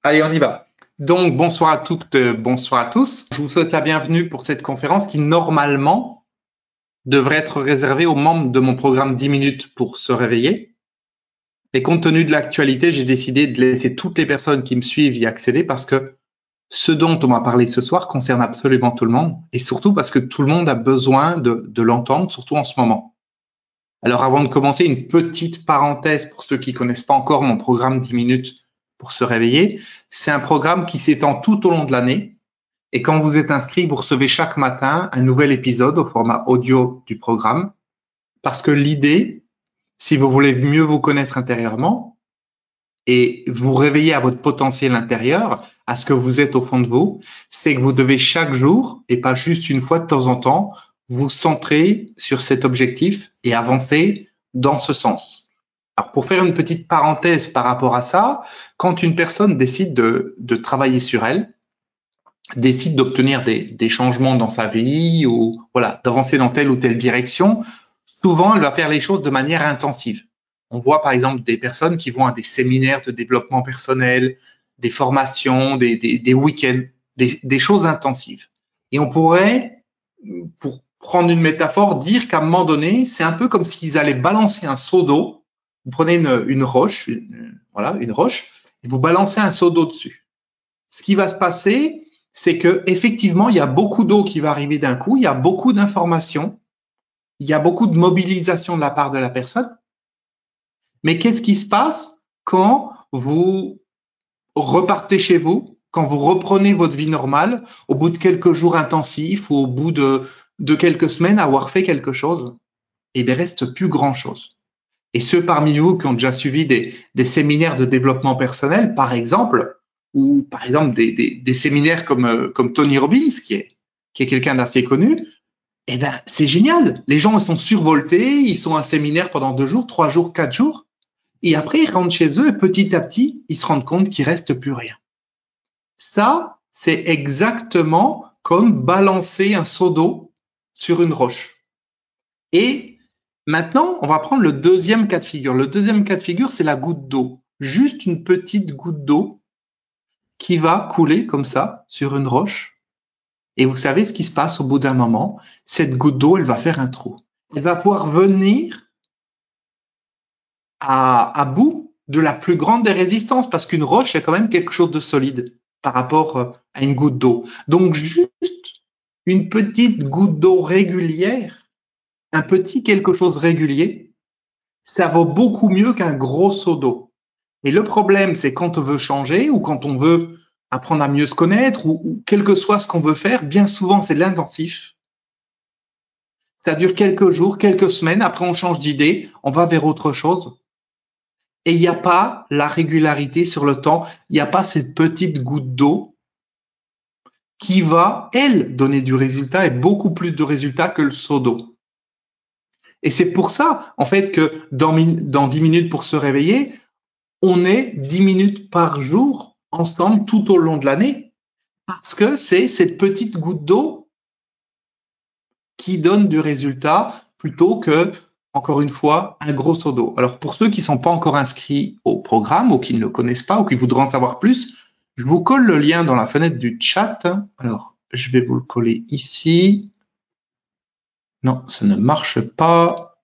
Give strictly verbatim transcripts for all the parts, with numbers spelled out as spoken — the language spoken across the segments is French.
Allez, on y va. Donc, bonsoir à toutes, euh, bonsoir à tous. Je vous souhaite la bienvenue pour cette conférence qui, normalement, devrait être réservée aux membres de mon programme dix minutes pour se réveiller. Et compte tenu de l'actualité, j'ai décidé de laisser toutes les personnes qui me suivent y accéder parce que ce dont on va parler ce soir concerne absolument tout le monde et surtout parce que tout le monde a besoin de, de l'entendre, surtout en ce moment. Alors, avant de commencer, une petite parenthèse pour ceux qui connaissent pas encore mon programme dix minutes pour se réveiller. C'est un programme qui s'étend tout au long de l'année. Et quand vous êtes inscrit, vous recevez chaque matin un nouvel épisode au format audio du programme. Parce que l'idée, si vous voulez mieux vous connaître intérieurement et vous réveiller à votre potentiel intérieur, à ce que vous êtes au fond de vous, c'est que vous devez chaque jour, et pas juste une fois de temps en temps, vous centrer sur cet objectif et avancer dans ce sens. Alors, pour faire une petite parenthèse par rapport à ça, quand une personne décide de, de travailler sur elle, décide d'obtenir des, des changements dans sa vie ou voilà, d'avancer dans telle ou telle direction, souvent, elle va faire les choses de manière intensive. On voit par exemple des personnes qui vont à des séminaires de développement personnel, des formations, des, des, des week-ends, des, des choses intensives. Et on pourrait, pour prendre une métaphore, dire qu'à un moment donné, c'est un peu comme s'ils allaient balancer un seau d'eau. Vous prenez une, une roche, une, voilà, une roche, et vous balancez un seau d'eau dessus. Ce qui va se passer, c'est que effectivement, il y a beaucoup d'eau qui va arriver d'un coup, il y a beaucoup d'informations, il y a beaucoup de mobilisation de la part de la personne. Mais qu'est-ce qui se passe quand vous repartez chez vous, quand vous reprenez votre vie normale, au bout de quelques jours intensifs ou au bout de, de quelques semaines avoir fait quelque chose? Eh bien, il reste plus grand-chose. Et ceux parmi vous qui ont déjà suivi des, des séminaires de développement personnel, par exemple, ou par exemple des, des, des séminaires comme, comme Tony Robbins, qui est, qui est quelqu'un d'assez connu, eh ben, c'est génial. Les gens ils sont survoltés, ils sont à un séminaire pendant deux jours, trois jours, quatre jours, et après ils rentrent chez eux et petit à petit, ils se rendent compte qu'il reste plus rien. Ça, c'est exactement comme balancer un seau d'eau sur une roche. Et maintenant, on va prendre le deuxième cas de figure. Le deuxième cas de figure, c'est la goutte d'eau. Juste une petite goutte d'eau qui va couler comme ça sur une roche. Et vous savez ce qui se passe au bout d'un moment? Cette goutte d'eau, elle va faire un trou. Elle va pouvoir venir à, à bout de la plus grande des résistances parce qu'une roche, c'est quand même quelque chose de solide par rapport à une goutte d'eau. Donc, juste une petite goutte d'eau régulière, un petit quelque chose régulier, ça vaut beaucoup mieux qu'un gros seau d'eau. Et le problème, c'est quand on veut changer ou quand on veut apprendre à mieux se connaître ou, ou quel que soit ce qu'on veut faire, bien souvent, c'est de l'intensif. Ça dure quelques jours, quelques semaines, après on change d'idée, on va vers autre chose. Et il n'y a pas la régularité sur le temps, il n'y a pas cette petite goutte d'eau qui va, elle, donner du résultat et beaucoup plus de résultats que le seau d'eau. Et c'est pour ça, en fait, que dans, dans dix minutes pour se réveiller, on est dix minutes par jour ensemble tout au long de l'année parce que c'est cette petite goutte d'eau qui donne du résultat plutôt que, encore une fois, un gros seau d'eau. Alors, pour ceux qui ne sont pas encore inscrits au programme ou qui ne le connaissent pas ou qui voudraient en savoir plus, je vous colle le lien dans la fenêtre du chat. Alors, je vais vous le coller ici. Non, ça ne marche pas.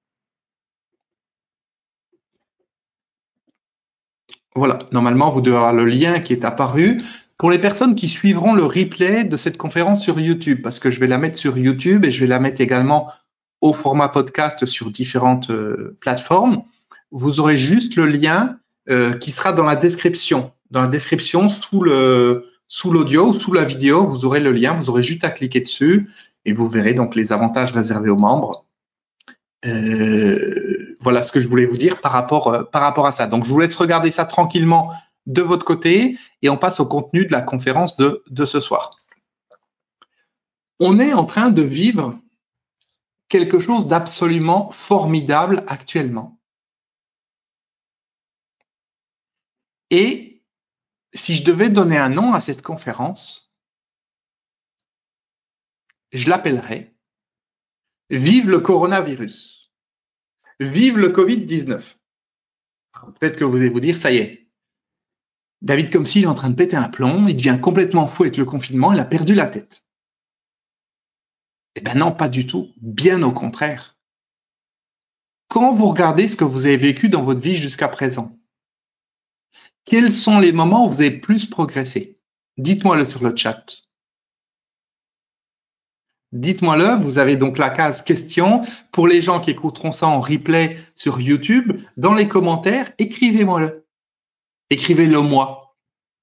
Voilà, normalement, vous devez avoir le lien qui est apparu. Pour les personnes qui suivront le replay de cette conférence sur YouTube, parce que je vais la mettre sur YouTube et je vais la mettre également au format podcast sur différentes euh, plateformes, vous aurez juste le lien euh, qui sera dans la description. Dans la description, sous le sous l'audio ou sous la vidéo, vous aurez le lien, vous aurez juste à cliquer dessus et vous verrez donc les avantages réservés aux membres. Euh, voilà ce que je voulais vous dire par rapport, euh, par rapport à ça. Donc, je vous laisse regarder ça tranquillement de votre côté et on passe au contenu de la conférence de, de ce soir. On est en train de vivre quelque chose d'absolument formidable actuellement. Et si je devais donner un nom à cette conférence, je l'appellerais Vive le coronavirus. Vive le covid dix-neuf. Peut-être que vous allez vous dire, ça y est. David, comme s'il est en train de péter un plomb, il devient complètement fou avec le confinement, il a perdu la tête. Eh ben non, pas du tout. Bien au contraire. Quand vous regardez ce que vous avez vécu dans votre vie jusqu'à présent, quels sont les moments où vous avez plus progressé? Dites-moi-le sur le chat. Dites-moi-le, vous avez donc la case questions. Pour les gens qui écouteront ça en replay sur YouTube, dans les commentaires, écrivez-moi-le. Écrivez-le moi.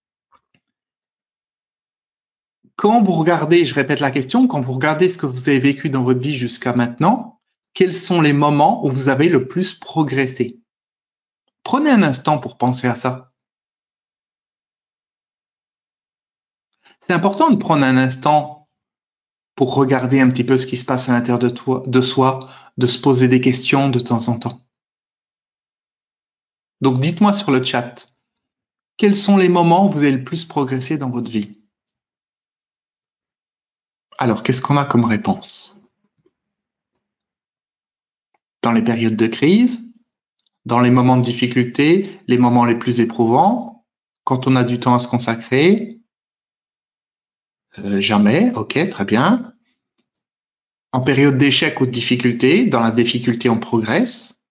Quand vous regardez, je répète la question, quand vous regardez ce que vous avez vécu dans votre vie jusqu'à maintenant, quels sont les moments où vous avez le plus progressé? Prenez un instant pour penser à ça. C'est important de prendre un instant pour regarder un petit peu ce qui se passe à l'intérieur de, toi, de soi, de se poser des questions de temps en temps. Donc dites-moi sur le chat, quels sont les moments où vous avez le plus progressé dans votre vie? Alors, qu'est-ce qu'on a comme réponse? Dans les périodes de crise, dans les moments de difficulté, les moments les plus éprouvants, quand on a du temps à se consacrer, euh, jamais, ok, très bien. En période d'échec ou de difficulté, dans la difficulté on progresse.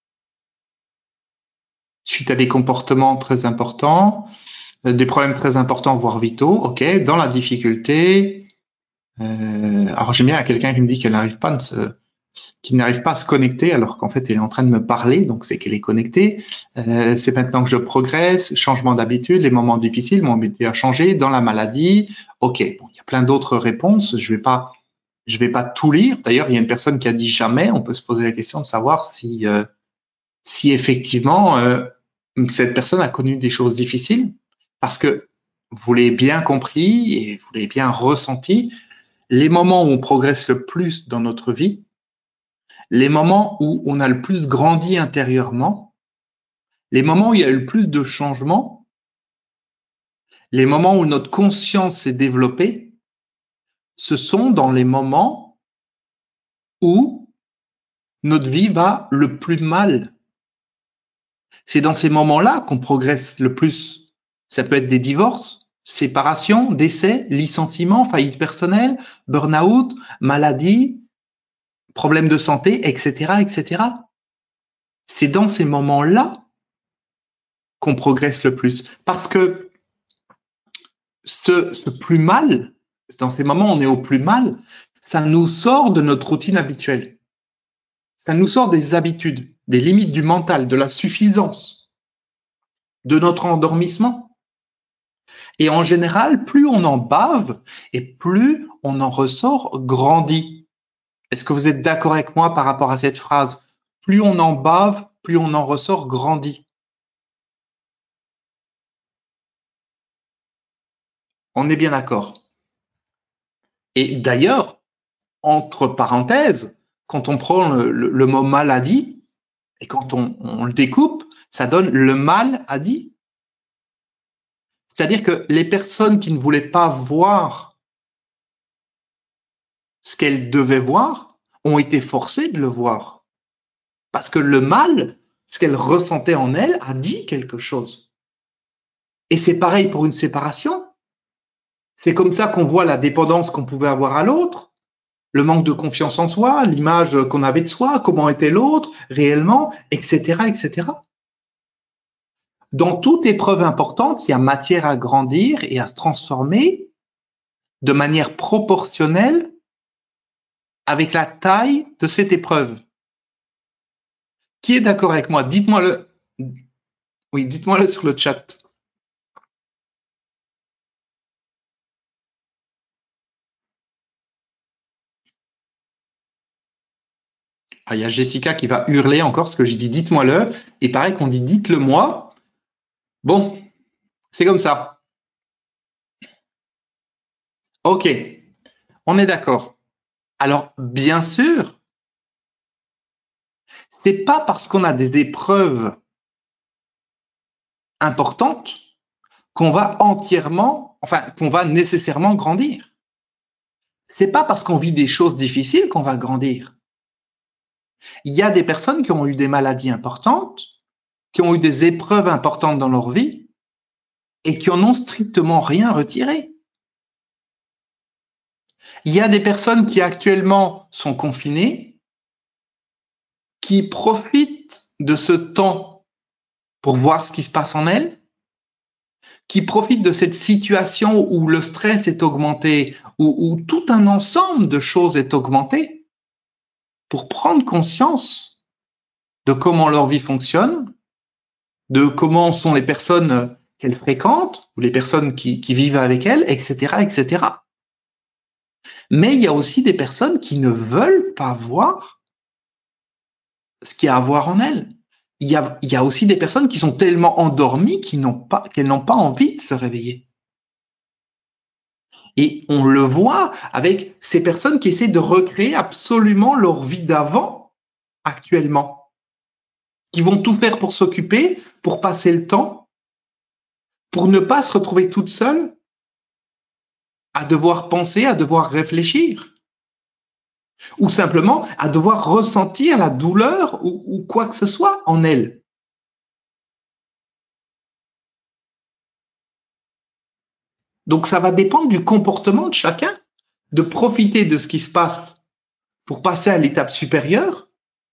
Suite à des comportements très importants, euh, des problèmes très importants, voire vitaux, ok, dans la difficulté. Euh, alors j'aime bien à quelqu'un qui me dit qu'elle n'arrive pas à se, qui n'arrive pas à se connecter alors qu'en fait elle est en train de me parler, donc c'est qu'elle est connectée. Euh, c'est maintenant que je progresse, changement d'habitude, les moments difficiles, mon métier a changé, dans la maladie. Ok, bon, il y a plein d'autres réponses. Je vais pas, je vais pas tout lire. D'ailleurs, il y a une personne qui a dit jamais. On peut se poser la question de savoir si, euh, si effectivement euh, cette personne a connu des choses difficiles, parce que vous l'avez bien compris et vous l'avez bien ressenti. Les moments où on progresse le plus dans notre vie, les moments où on a le plus grandi intérieurement, les moments où il y a eu le plus de changements, les moments où notre conscience s'est développée, ce sont dans les moments où notre vie va le plus mal. C'est dans ces moments-là qu'on progresse le plus. Ça peut être des divorces, séparations, décès, licenciements, faillite personnelle, burn-out, maladie, problèmes de santé, et cetera, et cetera. C'est dans ces moments-là qu'on progresse le plus. Parce que ce, ce plus mal, dans ces moments où on est au plus mal, ça nous sort de notre routine habituelle. Ça nous sort des habitudes, des limites du mental, de la suffisance, de notre endormissement. Et en général, plus on en bave et plus on en ressort grandi. Est-ce que vous êtes d'accord avec moi par rapport à cette phrase? Plus on en bave, plus on en ressort grandi. On est bien d'accord. Et d'ailleurs, entre parenthèses, quand on prend le, le, le mot maladie et quand on, on le découpe, ça donne le mal a dit. C'est-à-dire que les personnes qui ne voulaient pas voir ce qu'elles devaient voir ont été forcées de le voir. Parce que le mal, ce qu'elles ressentaient en elles, a dit quelque chose. Et c'est pareil pour une séparation. C'est comme ça qu'on voit la dépendance qu'on pouvait avoir à l'autre, le manque de confiance en soi, l'image qu'on avait de soi, comment était l'autre réellement, et cetera, et cetera. Dans toute épreuve importante, il y a matière à grandir et à se transformer de manière proportionnelle avec la taille de cette épreuve. Qui est d'accord avec moi? Dites-moi le, oui, dites-moi le sur le chat. Ah, il y a Jessica qui va hurler encore ce que je dis, dites-moi-le. Et pareil qu'on dit, dites-le moi. Bon, c'est comme ça. Ok, on est d'accord. Alors, bien sûr, c'est pas parce qu'on a des épreuves importantes qu'on va entièrement, enfin, qu'on va nécessairement grandir. C'est pas parce qu'on vit des choses difficiles qu'on va grandir. Il y a des personnes qui ont eu des maladies importantes, qui ont eu des épreuves importantes dans leur vie, et qui en ont strictement rien retiré. Il y a des personnes qui actuellement sont confinées, qui profitent de ce temps pour voir ce qui se passe en elles, qui profitent de cette situation où le stress est augmenté, où, où tout un ensemble de choses est augmenté, pour prendre conscience de comment leur vie fonctionne, de comment sont les personnes qu'elles fréquentent, ou les personnes qui, qui vivent avec elles, et cetera, et cetera. Mais il y a aussi des personnes qui ne veulent pas voir ce qu'il y a à voir en elles. Il y a, il y a aussi des personnes qui sont tellement endormies qu'ils n'ont pas, qu'elles n'ont pas envie de se réveiller. Et on le voit avec ces personnes qui essaient de recréer absolument leur vie d'avant actuellement, qui vont tout faire pour s'occuper, pour passer le temps, pour ne pas se retrouver toutes seules, à devoir penser, à devoir réfléchir, ou simplement à devoir ressentir la douleur ou, ou quoi que ce soit en elles. Donc ça va dépendre du comportement de chacun, de profiter de ce qui se passe pour passer à l'étape supérieure,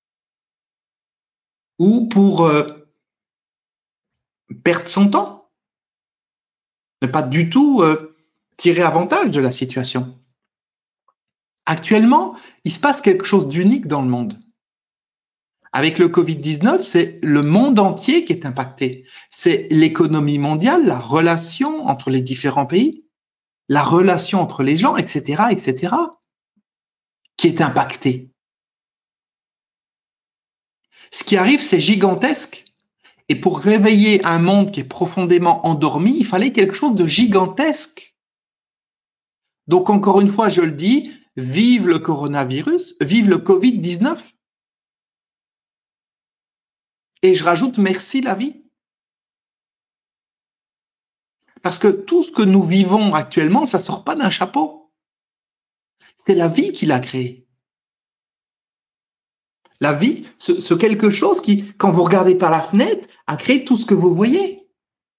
ou pour euh, perdre son temps, ne pas du tout euh, tirer avantage de la situation. Actuellement, il se passe quelque chose d'unique dans le monde. Avec le covid dix-neuf, c'est le monde entier qui est impacté. C'est l'économie mondiale, la relation entre les différents pays, la relation entre les gens, et cetera, et cetera, qui est impactée. Ce qui arrive, c'est gigantesque. Et pour réveiller un monde qui est profondément endormi, il fallait quelque chose de gigantesque. Donc, encore une fois, je le dis, vive le coronavirus, vive le covid dix-neuf. Et je rajoute merci la vie. Parce que tout ce que nous vivons actuellement, ça ne sort pas d'un chapeau. C'est la vie qui l'a créé. La vie, ce, ce quelque chose qui, quand vous regardez par la fenêtre, a créé tout ce que vous voyez.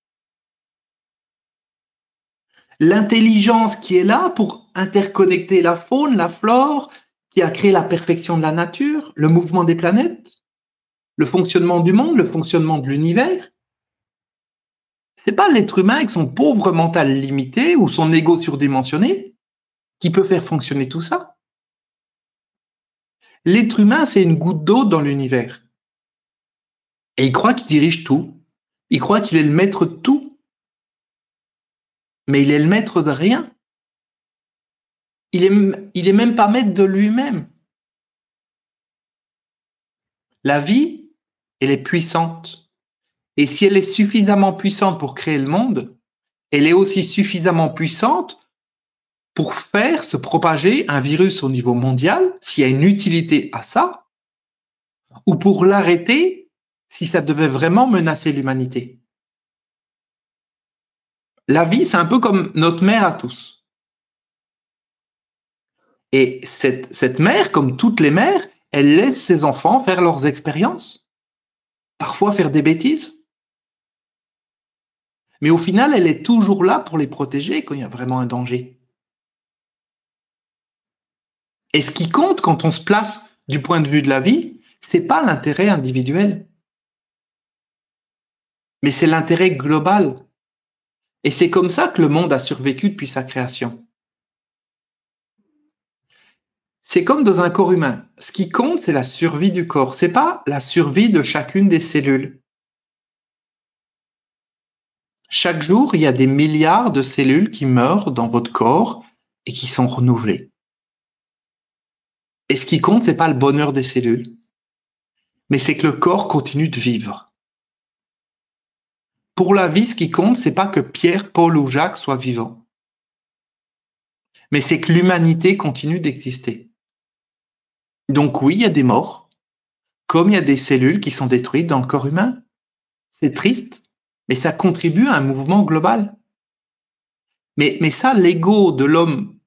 L'intelligence qui est là pour interconnecter la faune, la flore, qui a créé la perfection de la nature, le mouvement des planètes, le fonctionnement du monde, le fonctionnement de l'univers. C'est pas l'être humain avec son pauvre mental limité ou son ego surdimensionné qui peut faire fonctionner tout ça. L'être humain, c'est une goutte d'eau dans l'univers. Et il croit qu'il dirige tout. Il croit qu'il est le maître de tout. Mais il est le maître de rien. Il est, il est même pas maître de lui-même. La vie, elle est puissante. Et si elle est suffisamment puissante pour créer le monde, elle est aussi suffisamment puissante pour faire se propager un virus au niveau mondial, s'il y a une utilité à ça, ou pour l'arrêter si ça devait vraiment menacer l'humanité. La vie, c'est un peu comme notre mère à tous. Et cette, cette mère, comme toutes les mères, elle laisse ses enfants faire leurs expériences, parfois faire des bêtises. Mais au final, elle est toujours là pour les protéger quand il y a vraiment un danger. Et ce qui compte quand on se place du point de vue de la vie, c'est pas l'intérêt individuel, mais c'est l'intérêt global. Et c'est comme ça que le monde a survécu depuis sa création. C'est comme dans un corps humain. Ce qui compte, c'est la survie du corps. C'est pas la survie de chacune des cellules. Chaque jour, il y a des milliards de cellules qui meurent dans votre corps et qui sont renouvelées. Et ce qui compte, c'est pas le bonheur des cellules, mais c'est que le corps continue de vivre. Pour la vie, ce qui compte, c'est pas que Pierre, Paul ou Jacques soient vivants, mais c'est que l'humanité continue d'exister. Donc oui, il y a des morts, comme il y a des cellules qui sont détruites dans le corps humain. C'est triste, mais ça contribue à un mouvement global. Mais, mais ça, l'ego de l'homme,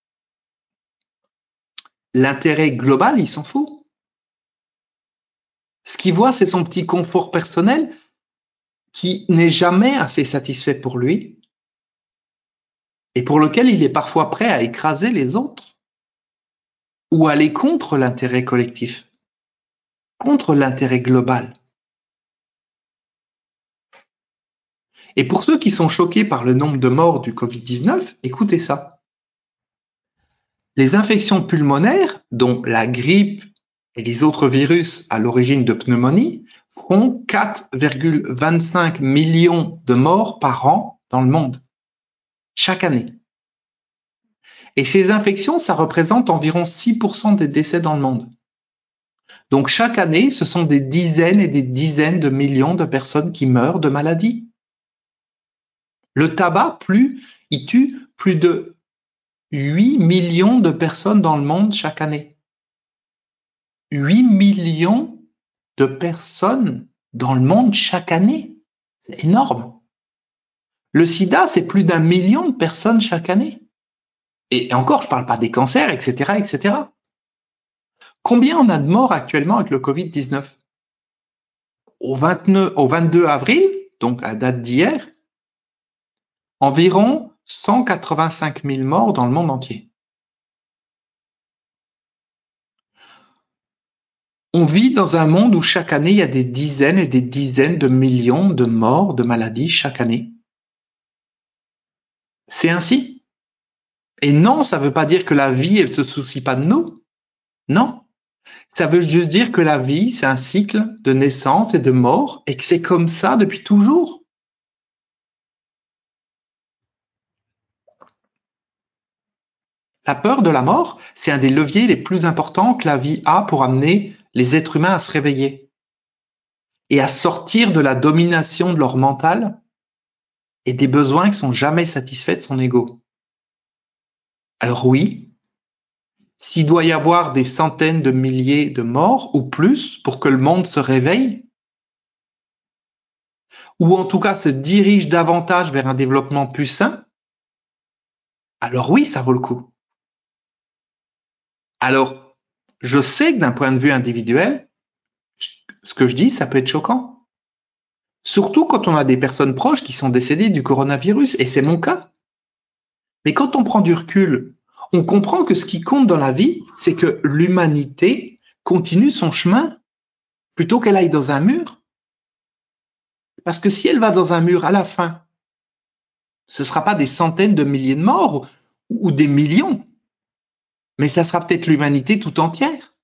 l'intérêt global, il s'en fout. Ce qu'il voit, c'est son petit confort personnel. qui n'est jamais assez satisfait pour lui et pour lequel il est parfois prêt à écraser les autres ou aller contre l'intérêt collectif, contre l'intérêt global. Et pour ceux qui sont choqués par le nombre de morts du covid dix-neuf, écoutez ça. Les infections pulmonaires, dont la grippe et les autres virus à l'origine de pneumonie, font quatre virgule vingt-cinq millions de morts par an dans le monde, chaque année. Et ces infections, ça représente environ six pour cent des décès dans le monde. Donc chaque année, ce sont des dizaines et des dizaines de millions de personnes qui meurent de maladies. Le tabac, plus, il tue plus de huit millions de personnes dans le monde chaque année. huit millions de personnes dans le monde chaque année. C'est énorme. Le sida, c'est plus d'un million de personnes chaque année. Et encore, je ne parle pas des cancers, et cetera, et cetera. Combien on a de morts actuellement avec le covid dix-neuf? Au, vingt-neuf, au vingt-deux avril, donc à date d'hier, environ cent quatre-vingt-cinq mille morts dans le monde entier. On vit dans un monde où chaque année, il y a des dizaines et des dizaines de millions de morts de maladies chaque année. C'est ainsi. Et non, ça ne veut pas dire que la vie, elle ne se soucie pas de nous. Non. Ça veut juste dire que la vie, c'est un cycle de naissance et de mort et que c'est comme ça depuis toujours. La peur de la mort, c'est un des leviers les plus importants que la vie a pour amener les êtres humains à se réveiller et à sortir de la domination de leur mental et des besoins qui sont jamais satisfaits de son ego. Alors oui, s'il doit y avoir des centaines de milliers de morts ou plus pour que le monde se réveille, ou en tout cas se dirige davantage vers un développement plus sain, alors oui, ça vaut le coup. Alors, je sais que d'un point de vue individuel, ce que je dis, ça peut être choquant. Surtout quand on a des personnes proches qui sont décédées du coronavirus, et c'est mon cas. Mais quand on prend du recul, on comprend que ce qui compte dans la vie, c'est que l'humanité continue son chemin plutôt qu'elle aille dans un mur. Parce que si elle va dans un mur à la fin, ce ne sera pas des centaines de milliers de morts ou des millions, mais ça sera peut-être l'humanité tout entière.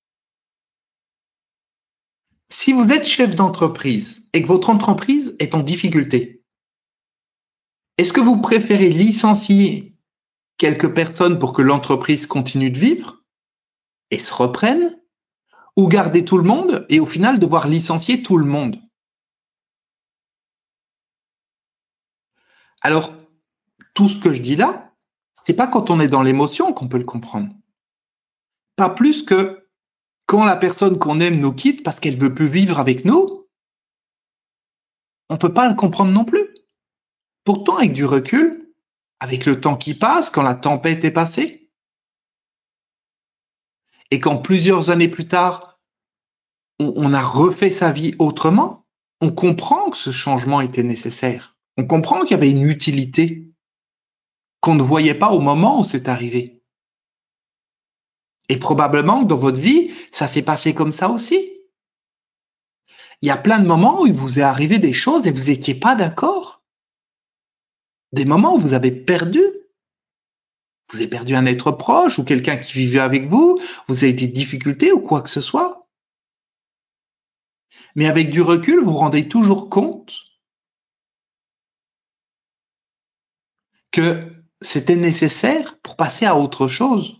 Si vous êtes chef d'entreprise et que votre entreprise est en difficulté, est-ce que vous préférez licencier quelques personnes pour que l'entreprise continue de vivre et se reprenne, ou garder tout le monde et au final devoir licencier tout le monde? Alors, tout ce que je dis là, c'est pas quand on est dans l'émotion qu'on peut le comprendre. Pas plus que quand la personne qu'on aime nous quitte parce qu'elle veut plus vivre avec nous, on peut pas le comprendre non plus. Pourtant, avec du recul, avec le temps qui passe, quand la tempête est passée, et quand plusieurs années plus tard, on, on a refait sa vie autrement, on comprend que ce changement était nécessaire. On comprend qu'il y avait une utilité qu'on ne voyait pas au moment où c'est arrivé. Et probablement que dans votre vie, ça s'est passé comme ça aussi. Il y a plein de moments où il vous est arrivé des choses et vous n'étiez pas d'accord. Des moments où vous avez perdu. Vous avez perdu un être proche ou quelqu'un qui vivait avec vous, vous avez des difficultés ou quoi que ce soit. Mais avec du recul, vous vous rendez toujours compte que c'était nécessaire pour passer à autre chose.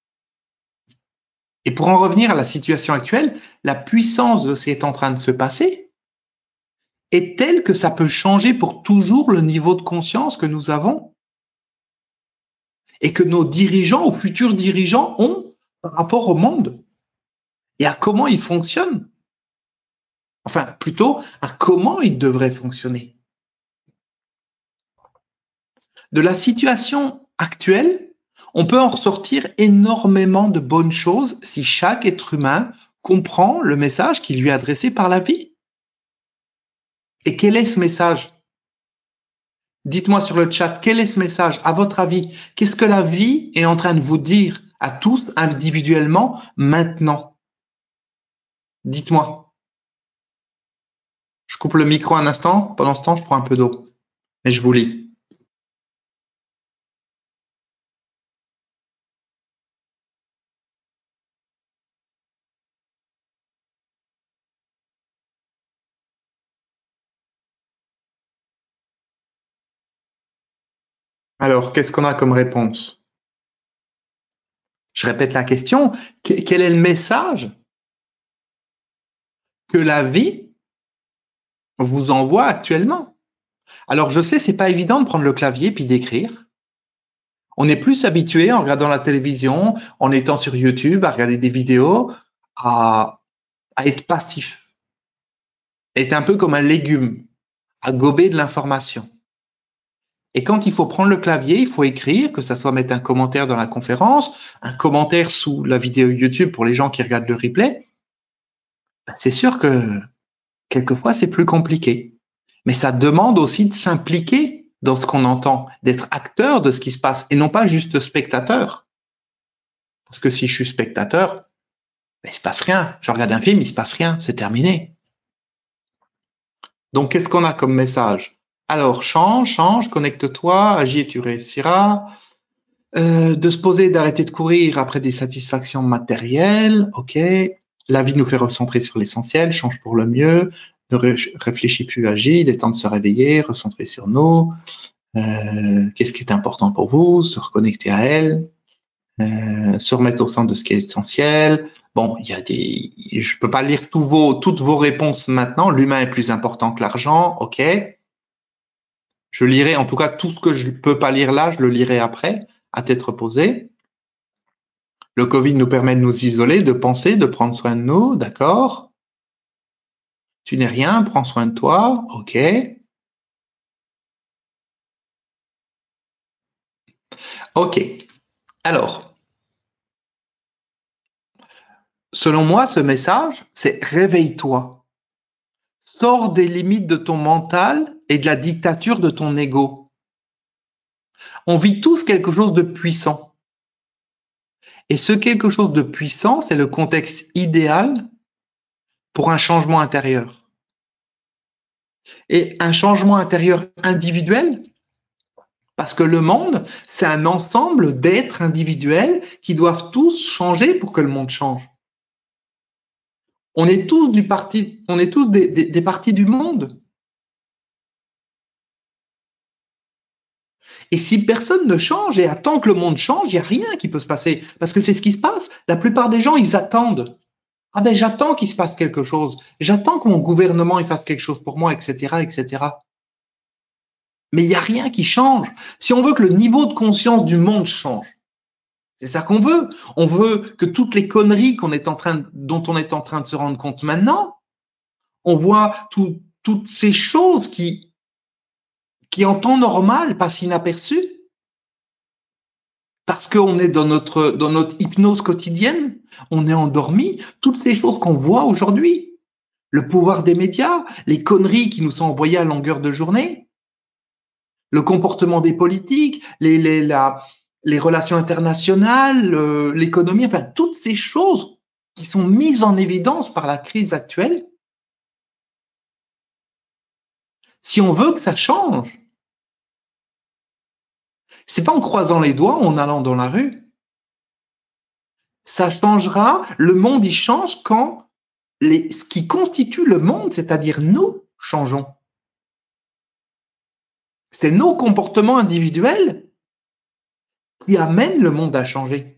Et pour en revenir à la situation actuelle, la puissance de ce qui est en train de se passer est telle que ça peut changer pour toujours le niveau de conscience que nous avons et que nos dirigeants ou futurs dirigeants ont par rapport au monde et à comment il fonctionne. Enfin, plutôt à comment il devrait fonctionner. De la situation actuelle, on peut en ressortir énormément de bonnes choses si chaque être humain comprend le message qui lui est adressé par la vie. Et quel est ce message? Dites-moi sur le chat, quel est ce message? À votre avis, qu'est-ce que la vie est en train de vous dire à tous individuellement maintenant? Dites-moi. Je coupe le micro un instant. Pendant ce temps, je prends un peu d'eau. Et je vous lis. Alors, qu'est-ce qu'on a comme réponse? Je répète la question. Quel est le message que la vie vous envoie actuellement? Alors, je sais, c'est pas évident de prendre le clavier puis d'écrire. On est plus habitué en regardant la télévision, en étant sur YouTube, à regarder des vidéos, à, à être passif. Être un peu comme un légume, à gober de l'information. Et quand il faut prendre le clavier, il faut écrire, que ça soit mettre un commentaire dans la conférence, un commentaire sous la vidéo YouTube pour les gens qui regardent le replay. C'est sûr que quelquefois c'est plus compliqué. Mais ça demande aussi de s'impliquer dans ce qu'on entend, d'être acteur de ce qui se passe et non pas juste spectateur. Parce que si je suis spectateur, ben, il se passe rien. Je regarde un film, il se passe rien, c'est terminé. Donc qu'est-ce qu'on a comme message? Alors, change, change, connecte-toi, agis et tu réussiras. Euh, de se poser, d'arrêter de courir après des satisfactions matérielles, ok. La vie nous fait recentrer sur l'essentiel, change pour le mieux, ne ré réfléchis plus, agis, il est temps de se réveiller, recentrer sur nous. Euh, Qu'est-ce qui est important pour vous? Se reconnecter à elle, euh, se remettre au centre de ce qui est essentiel. Bon, il y a des, je peux pas lire tous vos, toutes vos réponses maintenant. L'humain est plus important que l'argent, ok. Je lirai, en tout cas, tout ce que je peux pas lire là, je le lirai après, à tête reposée. Le Covid nous permet de nous isoler, de penser, de prendre soin de nous, d'accord? Tu n'es rien, prends soin de toi, ok. Ok. Alors, selon moi, ce message, c'est réveille-toi. Sors des limites de ton mental et de la dictature de ton ego. On vit tous quelque chose de puissant. Et ce quelque chose de puissant, c'est le contexte idéal pour un changement intérieur. Et un changement intérieur individuel, parce que le monde, c'est un ensemble d'êtres individuels qui doivent tous changer pour que le monde change. On est tous du parti, on est tous des, des, des parties du monde. Et si personne ne change et attend que le monde change, il n'y a rien qui peut se passer. Parce que c'est ce qui se passe. La plupart des gens, ils attendent. Ah ben, j'attends qu'il se passe quelque chose. J'attends que mon gouvernement il fasse quelque chose pour moi, et cetera, et cetera. Mais il n'y a rien qui change. Si on veut que le niveau de conscience du monde change, c'est ça qu'on veut. On veut que toutes les conneries qu'on est en train, dont on est en train de se rendre compte maintenant, on voit tout, toutes ces choses qui, qui en temps normal passent inaperçues parce qu'on est dans notre, dans notre hypnose quotidienne, on est endormi. Toutes ces choses qu'on voit aujourd'hui, le pouvoir des médias, les conneries qui nous sont envoyées à longueur de journée, le comportement des politiques, les, les, la, les relations internationales, euh, l'économie, enfin toutes ces choses qui sont mises en évidence par la crise actuelle. Si on veut que ça change, c'est pas en croisant les doigts, en allant dans la rue. Ça changera, le monde y change quand les, ce qui constitue le monde, c'est-à-dire nous, changeons. C'est nos comportements individuels qui amènent le monde à changer.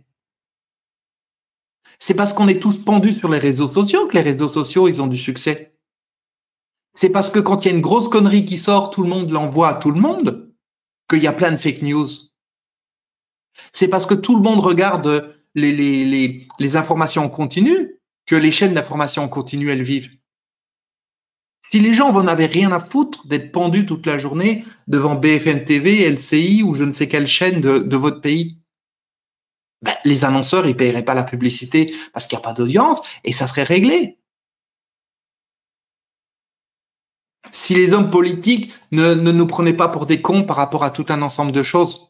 C'est parce qu'on est tous pendus sur les réseaux sociaux que les réseaux sociaux, ils ont du succès. C'est parce que quand il y a une grosse connerie qui sort, tout le monde l'envoie à tout le monde, qu'il y a plein de fake news. C'est parce que tout le monde regarde les, les, les, les informations en continu que les chaînes d'information en continu, elles vivent. Si les gens n'en avaient rien à foutre d'être pendus toute la journée devant B F M T V, L C I ou je ne sais quelle chaîne de, de votre pays, ben, les annonceurs, ils paieraient pas la publicité parce qu'il n'y a pas d'audience et ça serait réglé. si les hommes politiques ne, ne nous prenaient pas pour des cons par rapport à tout un ensemble de choses,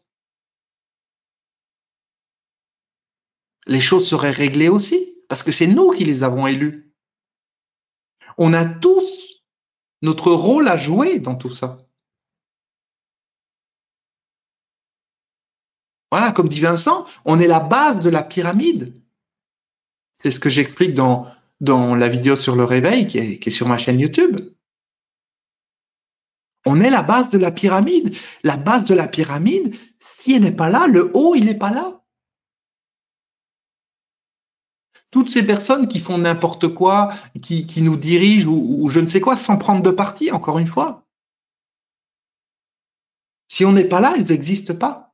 les choses seraient réglées aussi, parce que c'est nous qui les avons élus. On a tous notre rôle à jouer dans tout ça. Voilà, comme dit Vincent, on est la base de la pyramide. C'est ce que j'explique dans, dans la vidéo sur le réveil qui est, qui est sur ma chaîne YouTube. On est la base de la pyramide. La base de la pyramide, si elle n'est pas là, le haut, il n'est pas là. Toutes ces personnes qui font n'importe quoi, qui, qui nous dirigent ou, ou je ne sais quoi, sans prendre de parti, encore une fois. Si on n'est pas là, elles n'existent pas.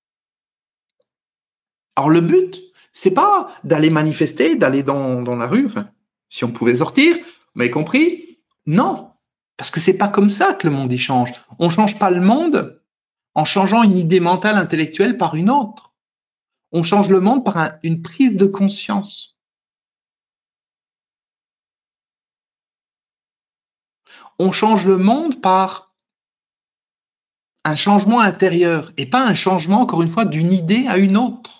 Alors le but, c'est pas d'aller manifester, d'aller dans, dans la rue, enfin, si on pouvait sortir, vous m'avez compris? Non, parce que c'est pas comme ça que le monde y change. On change pas le monde en changeant une idée mentale intellectuelle par une autre. On change le monde par un, une prise de conscience. On change le monde par un changement intérieur et pas un changement, encore une fois, d'une idée à une autre.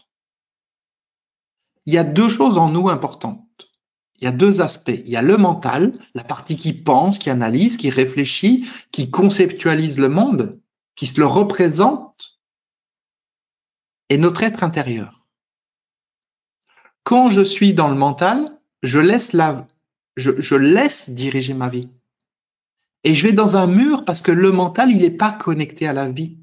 Il y a deux choses en nous importantes. Il y a deux aspects. Il y a le mental, la partie qui pense, qui analyse, qui réfléchit, qui conceptualise le monde, qui se le représente, et notre être intérieur. Quand je suis dans le mental, je laisse la, je, je laisse diriger ma vie. Et je vais dans un mur parce que le mental, il n'est pas connecté à la vie.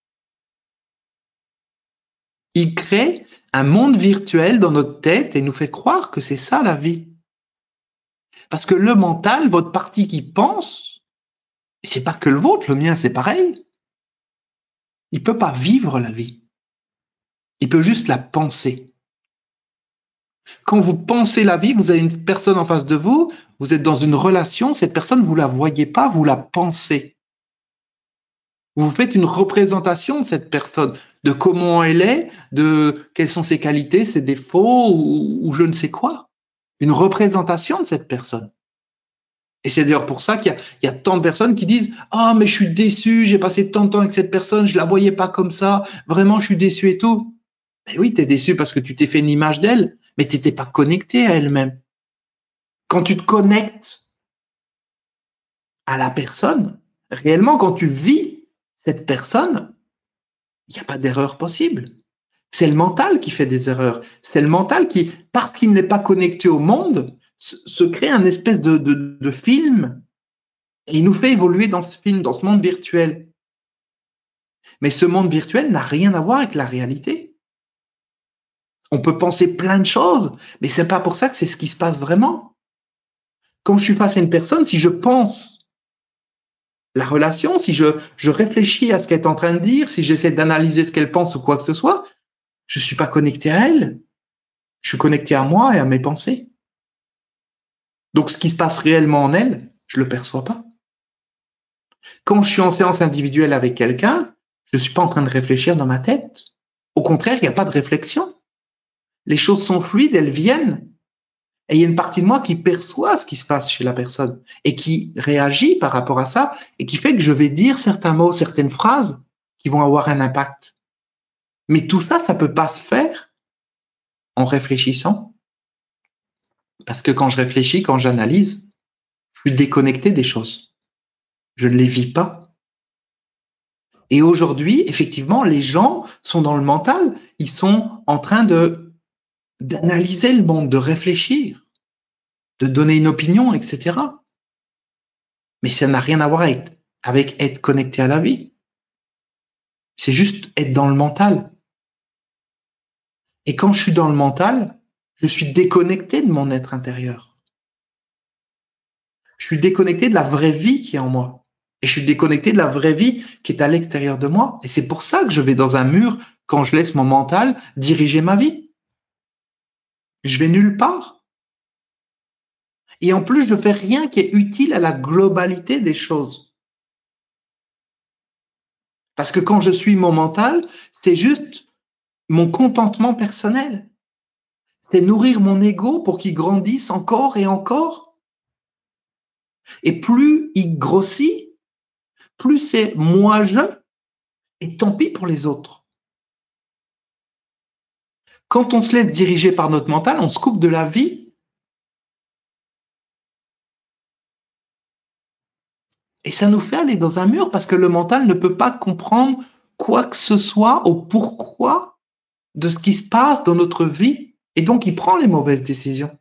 Il crée un monde virtuel dans notre tête et nous fait croire que c'est ça la vie. Parce que le mental, votre partie qui pense, et c'est pas que le vôtre, le mien c'est pareil, il peut pas vivre la vie. Il peut juste la penser. Quand vous pensez la vie, vous avez une personne en face de vous, vous êtes dans une relation, cette personne, vous la voyez pas, vous la pensez. Vous faites une représentation de cette personne, de comment elle est, de quelles sont ses qualités, ses défauts ou, ou je ne sais quoi. Une représentation de cette personne. Et c'est d'ailleurs pour ça qu'il y a, il y a tant de personnes qui disent « Ah, mais je suis déçu, j'ai passé tant de temps avec cette personne, je la voyais pas comme ça, vraiment je suis déçu et tout. » Mais oui, tu es déçu parce que tu t'es fait une image d'elle, mais tu n'étais pas connecté à elle-même. Quand tu te connectes à la personne, réellement quand tu vis cette personne, il n'y a pas d'erreur possible. C'est le mental qui fait des erreurs. C'est le mental qui, parce qu'il n'est pas connecté au monde, se, se crée un espèce de, de, de film et il nous fait évoluer dans ce film, dans ce monde virtuel. Mais ce monde virtuel n'a rien à voir avec la réalité. On peut penser plein de choses, mais c'est pas pour ça que c'est ce qui se passe vraiment. Quand je suis face à une personne, si je pense la relation, si je, je réfléchis à ce qu'elle est en train de dire, si j'essaie d'analyser ce qu'elle pense ou quoi que ce soit, je suis pas connecté à elle. Je suis connecté à moi et à mes pensées. Donc, ce qui se passe réellement en elle, je le perçois pas. Quand je suis en séance individuelle avec quelqu'un, je suis pas en train de réfléchir dans ma tête. Au contraire, il n'y a pas de réflexion. Les choses sont fluides, elles viennent. Et il y a une partie de moi qui perçoit ce qui se passe chez la personne et qui réagit par rapport à ça et qui fait que je vais dire certains mots, certaines phrases qui vont avoir un impact. Mais tout ça, ça peut pas se faire en réfléchissant. Parce que quand je réfléchis, quand j'analyse, je suis déconnecté des choses. Je ne les vis pas. Et aujourd'hui, effectivement, les gens sont dans le mental. Ils sont en train de d'analyser le monde, de réfléchir, de donner une opinion, et cetera. Mais ça n'a rien à voir avec, avec être connecté à la vie. C'est juste être dans le mental. Et quand je suis dans le mental, je suis déconnecté de mon être intérieur. Je suis déconnecté de la vraie vie qui est en moi. Et je suis déconnecté de la vraie vie qui est à l'extérieur de moi. Et c'est pour ça que je vais dans un mur quand je laisse mon mental diriger ma vie. Je vais nulle part. Et en plus, je ne fais rien qui est utile à la globalité des choses. Parce que quand je suis mon mental, c'est juste mon contentement personnel. C'est nourrir mon ego pour qu'il grandisse encore et encore. Et plus il grossit, plus c'est moi je, et tant pis pour les autres. Quand on se laisse diriger par notre mental, on se coupe de la vie. Et ça nous fait aller dans un mur parce que le mental ne peut pas comprendre quoi que ce soit au pourquoi de ce qui se passe dans notre vie. Et donc, il prend les mauvaises décisions.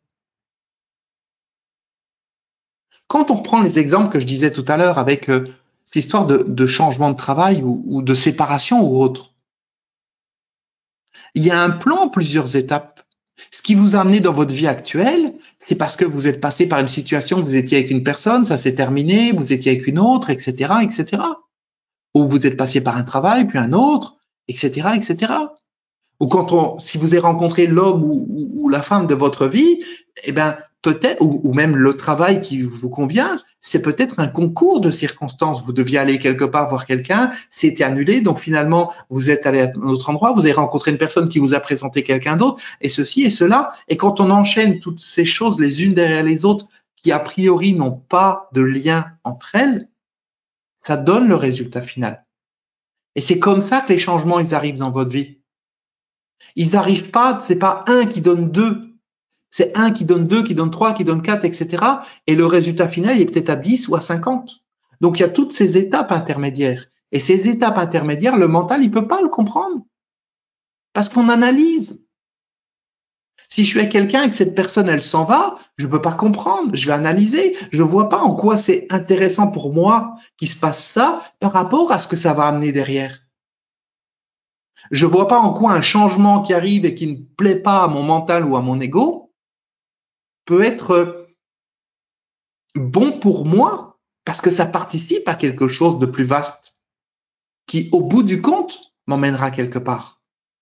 Quand on prend les exemples que je disais tout à l'heure avec euh, cette histoire de, de changement de travail ou, ou de séparation ou autre, il y a un plan en plusieurs étapes. Ce qui vous a amené dans votre vie actuelle, c'est parce que vous êtes passé par une situation, vous étiez avec une personne, ça s'est terminé, vous étiez avec une autre, et cetera, et cetera. Ou vous êtes passé par un travail, puis un autre, et cetera, et cetera. Ou quand on, si vous avez rencontré l'homme ou, ou, ou la femme de votre vie, eh ben peut-être, ou, ou même le travail qui vous convient, c'est peut-être un concours de circonstances. Vous deviez aller quelque part voir quelqu'un, c'était annulé, donc finalement vous êtes allé à un autre endroit, vous avez rencontré une personne qui vous a présenté quelqu'un d'autre, et ceci et cela. Et quand on enchaîne toutes ces choses les unes derrière les autres, qui a priori n'ont pas de lien entre elles, ça donne le résultat final. Et c'est comme ça que les changements ils arrivent dans votre vie. Ils n'arrivent pas, c'est pas un qui donne deux, c'est un qui donne deux, qui donne trois, qui donne quatre, et cetera. Et le résultat final, il est peut-être à dix ou à cinquante. Donc, il y a toutes ces étapes intermédiaires. Et ces étapes intermédiaires, le mental, il peut pas le comprendre. Parce qu'on analyse. Si je suis avec quelqu'un et que cette personne, elle s'en va, je peux pas comprendre. Je vais analyser. Je vois pas en quoi c'est intéressant pour moi qu'il se passe ça par rapport à ce que ça va amener derrière. Je vois pas en quoi un changement qui arrive et qui ne plaît pas à mon mental ou à mon ego peut être bon pour moi parce que ça participe à quelque chose de plus vaste qui, au bout du compte, m'emmènera quelque part.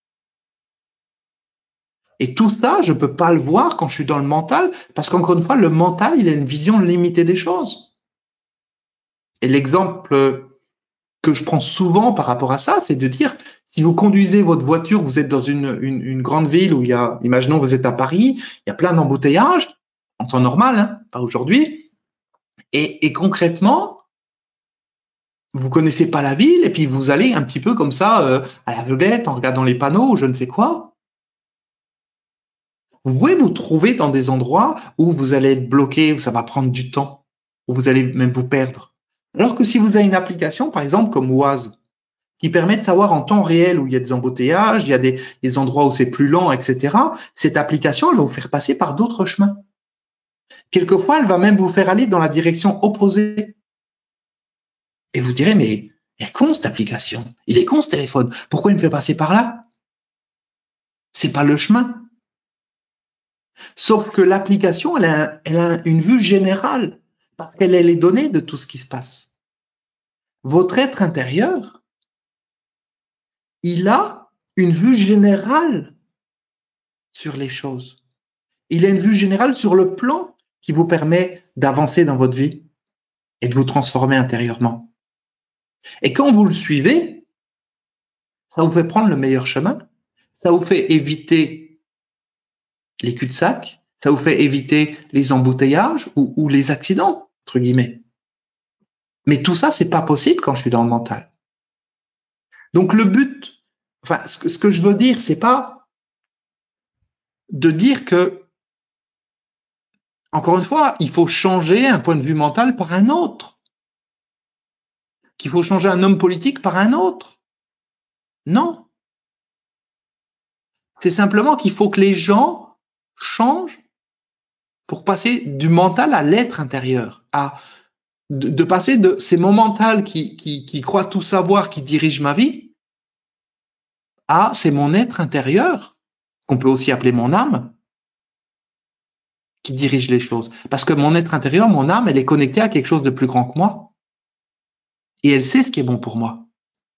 Et tout ça, je peux pas le voir quand je suis dans le mental parce qu'encore une fois, le mental, il a une vision limitée des choses. Et l'exemple que je prends souvent par rapport à ça, c'est de dire, si vous conduisez votre voiture, vous êtes dans une, une, une grande ville où il y a, imaginons vous êtes à Paris, il y a plein d'embouteillages, en temps normal, hein, pas aujourd'hui, et, et concrètement, vous connaissez pas la ville et puis vous allez un petit peu comme ça euh, à l'aveuglette en regardant les panneaux ou je ne sais quoi. Vous pouvez vous trouver dans des endroits où vous allez être bloqué, où ça va prendre du temps, où vous allez même vous perdre. Alors que si vous avez une application, par exemple comme Waze, qui permet de savoir en temps réel où il y a des embouteillages, il y a des, des endroits où c'est plus lent, et cetera. Cette application, elle va vous faire passer par d'autres chemins. Quelquefois, elle va même vous faire aller dans la direction opposée. Et vous direz, mais elle est con cette application, il est con ce téléphone, pourquoi il me fait passer par là? C'est pas le chemin. Sauf que l'application, elle a, elle a une vue générale, parce qu'elle a les données de tout ce qui se passe. Votre être intérieur, il a une vue générale sur les choses. Il a une vue générale sur le plan qui vous permet d'avancer dans votre vie et de vous transformer intérieurement. Et quand vous le suivez, ça vous fait prendre le meilleur chemin, ça vous fait éviter les cul-de-sac, ça vous fait éviter les embouteillages ou, ou les accidents, entre guillemets. Mais tout ça, c'est pas possible quand je suis dans le mental. Donc le but, enfin, ce que, ce que je veux dire, c'est pas de dire que, encore une fois, il faut changer un point de vue mental par un autre. Qu'il faut changer un homme politique par un autre. Non. C'est simplement qu'il faut que les gens changent pour passer du mental à l'être intérieur, à de, de passer de c'est mon mental qui, qui, qui croit tout savoir, qui dirige ma vie, à c'est mon être intérieur, qu'on peut aussi appeler mon âme, qui dirige les choses. Parce que mon être intérieur, mon âme, elle est connectée à quelque chose de plus grand que moi. Et elle sait ce qui est bon pour moi.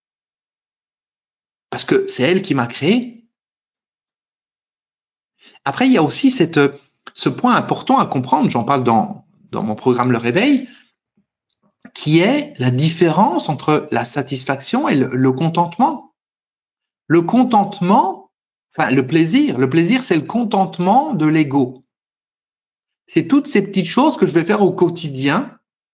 Parce que c'est elle qui m'a créé. Après, il y a aussi cette, ce point important à comprendre, j'en parle dans, dans mon programme Le Réveil, qui est la différence entre la satisfaction et le, le contentement. Le contentement, enfin le plaisir, le plaisir c'est le contentement de l'ego. C'est toutes ces petites choses que je vais faire au quotidien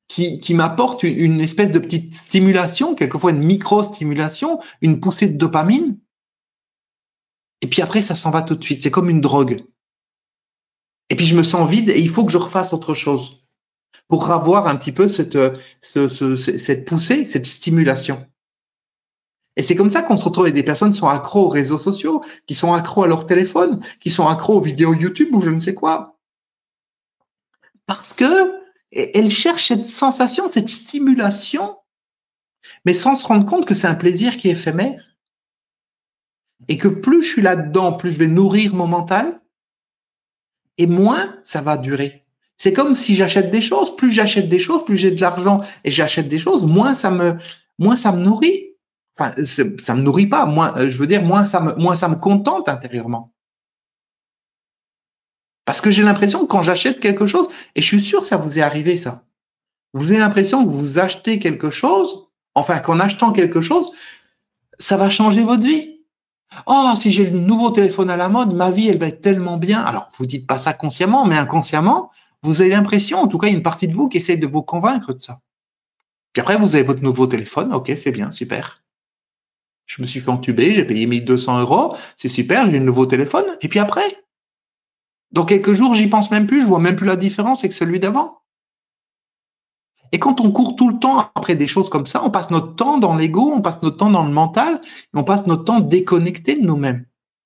qui, qui m'apporte une, une espèce de petite stimulation, quelquefois une micro-stimulation, une poussée de dopamine. Et puis après, ça s'en va tout de suite. C'est comme une drogue. Et puis je me sens vide et il faut que je refasse autre chose pour avoir un petit peu cette, ce, ce, cette poussée, cette stimulation. Et c'est comme ça qu'on se retrouve avec des personnes qui sont accros aux réseaux sociaux, qui sont accros à leur téléphone, qui sont accros aux vidéos YouTube ou je ne sais quoi. Parce que elles cherchent cette sensation, cette stimulation, mais sans se rendre compte que c'est un plaisir qui est éphémère. Et que plus je suis là-dedans, plus je vais nourrir mon mental, et moins ça va durer. C'est comme si j'achète des choses, plus j'achète des choses, plus j'ai de l'argent et j'achète des choses, moins ça me, moins ça me nourrit. Enfin, ça me nourrit pas, moins, je veux dire, moins ça me, moins ça me contente intérieurement. Parce que j'ai l'impression que quand j'achète quelque chose, et je suis sûr que ça vous est arrivé ça, vous avez l'impression que vous achetez quelque chose, enfin qu'en achetant quelque chose, ça va changer votre vie. Oh, si j'ai le nouveau téléphone à la mode, ma vie, elle va être tellement bien. Alors, vous dites pas ça consciemment, mais inconsciemment, vous avez l'impression, en tout cas, il y a une partie de vous qui essaie de vous convaincre de ça. Puis après, vous avez votre nouveau téléphone. Ok, c'est bien, super. Je me suis fait entuber, j'ai payé mille deux cents euros. C'est super, j'ai le nouveau téléphone. Et puis après, dans quelques jours, j'y pense même plus, je vois même plus la différence avec celui d'avant. Et quand on court tout le temps après des choses comme ça, on passe notre temps dans l'ego, on passe notre temps dans le mental, et on passe notre temps déconnecté de nous-mêmes.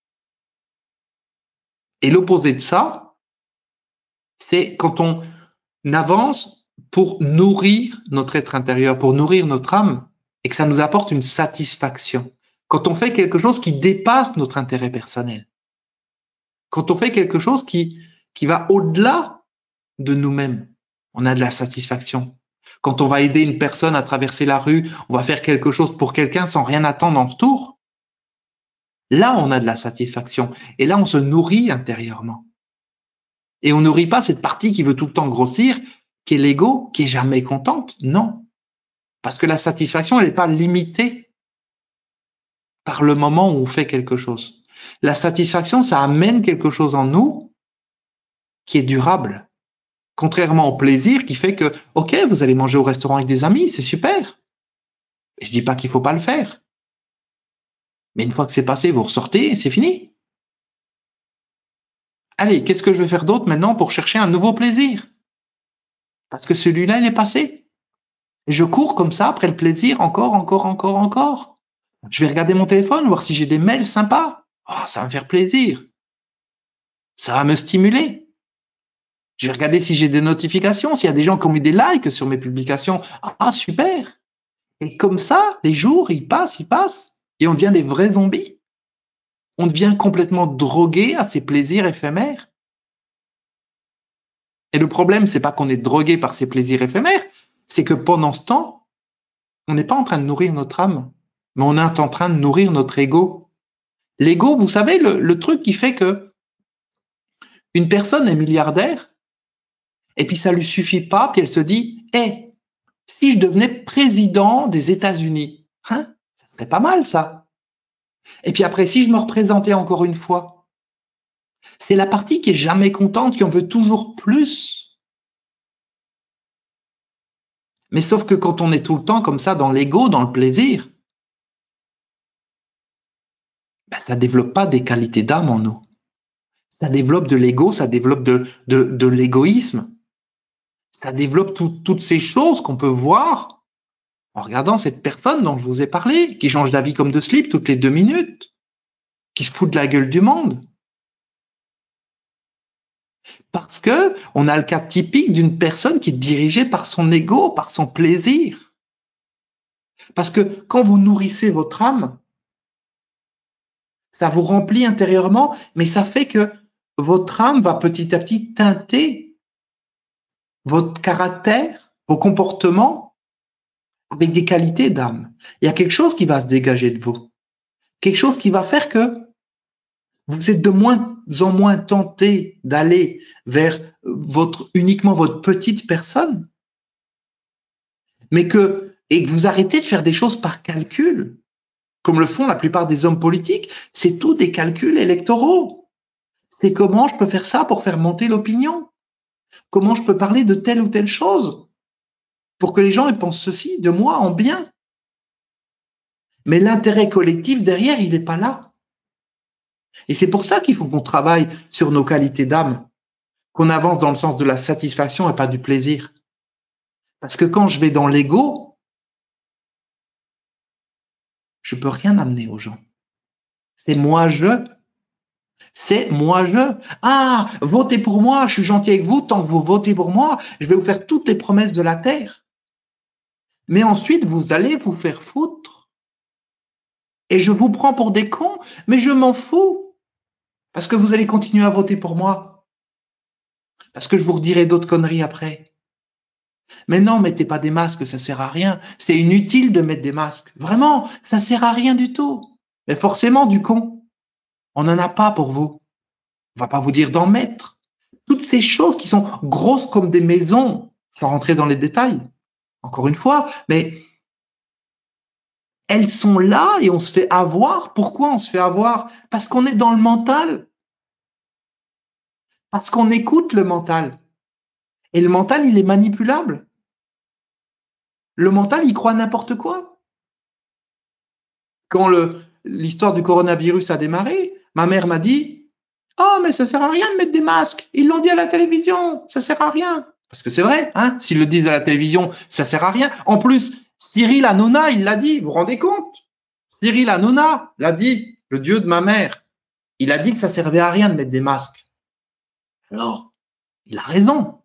Et l'opposé de ça, c'est quand on avance pour nourrir notre être intérieur, pour nourrir notre âme, et que ça nous apporte une satisfaction. Quand on fait quelque chose qui dépasse notre intérêt personnel. Quand on fait quelque chose qui, qui va au-delà de nous-mêmes, on a de la satisfaction. Quand on va aider une personne à traverser la rue, on va faire quelque chose pour quelqu'un sans rien attendre en retour. Là, on a de la satisfaction. Et là, on se nourrit intérieurement. Et on nourrit pas cette partie qui veut tout le temps grossir, qui est l'ego, qui est jamais contente. Non. Parce que la satisfaction, elle n'est pas limitée par le moment où on fait quelque chose. La satisfaction, ça amène quelque chose en nous qui est durable. Contrairement au plaisir qui fait que, ok, vous allez manger au restaurant avec des amis, c'est super. Et je dis pas qu'il faut pas le faire. Mais une fois que c'est passé, vous ressortez et c'est fini. Allez, qu'est-ce que je vais faire d'autre maintenant pour chercher un nouveau plaisir? Parce que celui-là, il est passé. Et je cours comme ça après le plaisir encore, encore, encore, encore. Je vais regarder mon téléphone, voir si j'ai des mails sympas. Oh, ça va me faire plaisir. Ça va me stimuler. Je vais regarder si j'ai des notifications, s'il y a des gens qui ont mis des likes sur mes publications. Ah, super. Et comme ça, les jours, ils passent, ils passent. Et on devient des vrais zombies. On devient complètement drogué à ces plaisirs éphémères. Et le problème, c'est pas qu'on est drogué par ces plaisirs éphémères, c'est que pendant ce temps, on n'est pas en train de nourrir notre âme, mais on est en train de nourrir notre ego. L'ego, vous savez, le, le truc qui fait que une personne est milliardaire, et puis ça lui suffit pas, puis elle se dit, hé, hey, si je devenais président des États-Unis, hein, ça serait pas mal ça. Et puis après, si je me représentais encore une fois, c'est la partie qui est jamais contente, qui en veut toujours plus. Mais sauf que quand on est tout le temps comme ça dans l'ego, dans le plaisir, ben ça développe pas des qualités d'âme en nous. Ça développe de l'ego, ça développe de, de, de l'égoïsme. Ça développe tout, toutes ces choses qu'on peut voir en regardant cette personne dont je vous ai parlé, qui change d'avis comme de slip toutes les deux minutes, qui se fout de la gueule du monde. Parce que on a le cas typique d'une personne qui est dirigée par son ego, par son plaisir. Parce que quand vous nourrissez votre âme, ça vous remplit intérieurement, mais ça fait que votre âme va petit à petit teinter votre caractère, vos comportements avec des qualités d'âme. Il y a quelque chose qui va se dégager de vous. Quelque chose qui va faire que vous êtes de moins en moins tenté d'aller vers votre, uniquement votre petite personne, mais que, et que vous arrêtez de faire des choses par calcul, comme le font la plupart des hommes politiques. C'est tout des calculs électoraux. C'est comment je peux faire ça pour faire monter l'opinion? Comment je peux parler de telle ou telle chose? pour que les gens ils pensent ceci de moi en bien. Mais l'intérêt collectif derrière, il n'est pas là. Et c'est pour ça qu'il faut qu'on travaille sur nos qualités d'âme, qu'on avance dans le sens de la satisfaction et pas du plaisir. Parce que quand je vais dans l'ego, je peux rien amener aux gens. C'est moi je. C'est moi je. Ah, votez pour moi, je suis gentil avec vous, tant que vous votez pour moi, je vais vous faire toutes les promesses de la terre. Mais ensuite, vous allez vous faire foutre. Et je vous prends pour des cons, mais je m'en fous. Parce que vous allez continuer à voter pour moi. Parce que je vous redirai d'autres conneries après. Mais non, mettez pas des masques, ça sert à rien. C'est inutile de mettre des masques. Vraiment, ça sert à rien du tout. Mais forcément, du con. On n'en a pas pour vous. On va pas vous dire d'en mettre. Toutes ces choses qui sont grosses comme des maisons, sans rentrer dans les détails. Encore une fois, mais elles sont là et on se fait avoir. Pourquoi on se fait avoir? Parce qu'on est dans le mental. Parce qu'on écoute le mental. Et le mental, il est manipulable. Le mental, il croit n'importe quoi. Quand le, l'histoire du coronavirus a démarré, ma mère m'a dit « Oh, mais ça sert à rien de mettre des masques. Ils l'ont dit à la télévision. Ça sert à rien. » Parce que c'est vrai, hein, s'ils le disent à la télévision, ça sert à rien. En plus, Cyril Hanouna, il l'a dit, vous vous rendez compte? Cyril Hanouna l'a dit, le dieu de ma mère. Il a dit que ça servait à rien de mettre des masques. Alors, il a raison.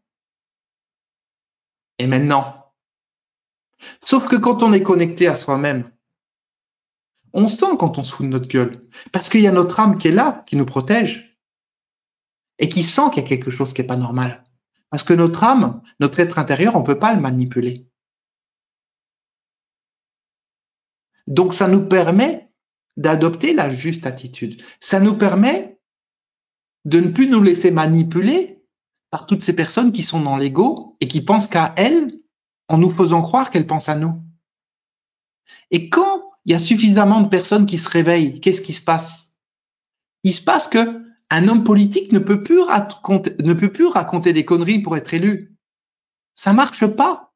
Et maintenant? Sauf que quand on est connecté à soi-même, on sent quand on se fout de notre gueule. Parce qu'il y a notre âme qui est là, qui nous protège. Et qui sent qu'il y a quelque chose qui n'est pas normal. Parce que notre âme, notre être intérieur, on ne peut pas le manipuler. Donc ça nous permet d'adopter la juste attitude. Ça nous permet de ne plus nous laisser manipuler par toutes ces personnes qui sont dans l'ego et qui pensent qu'à elles, en nous faisant croire qu'elles pensent à nous. Et quand il y a suffisamment de personnes qui se réveillent, qu'est-ce qui se passe? Il se passe que un homme politique ne peut plus raconter, ne peut plus raconter des conneries pour être élu. Ça marche pas.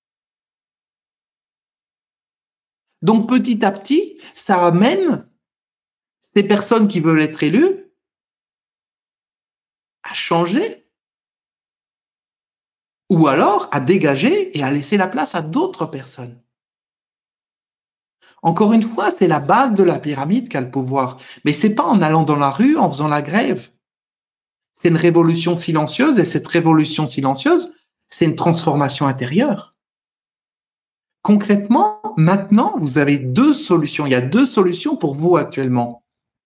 Donc petit à petit, ça amène ces personnes qui veulent être élues à changer ou alors à dégager et à laisser la place à d'autres personnes. Encore une fois, c'est la base de la pyramide qu'a le pouvoir. Mais c'est pas en allant dans la rue, en faisant la grève. C'est une révolution silencieuse et cette révolution silencieuse, c'est une transformation intérieure. Concrètement, maintenant, vous avez deux solutions. Il y a deux solutions pour vous actuellement.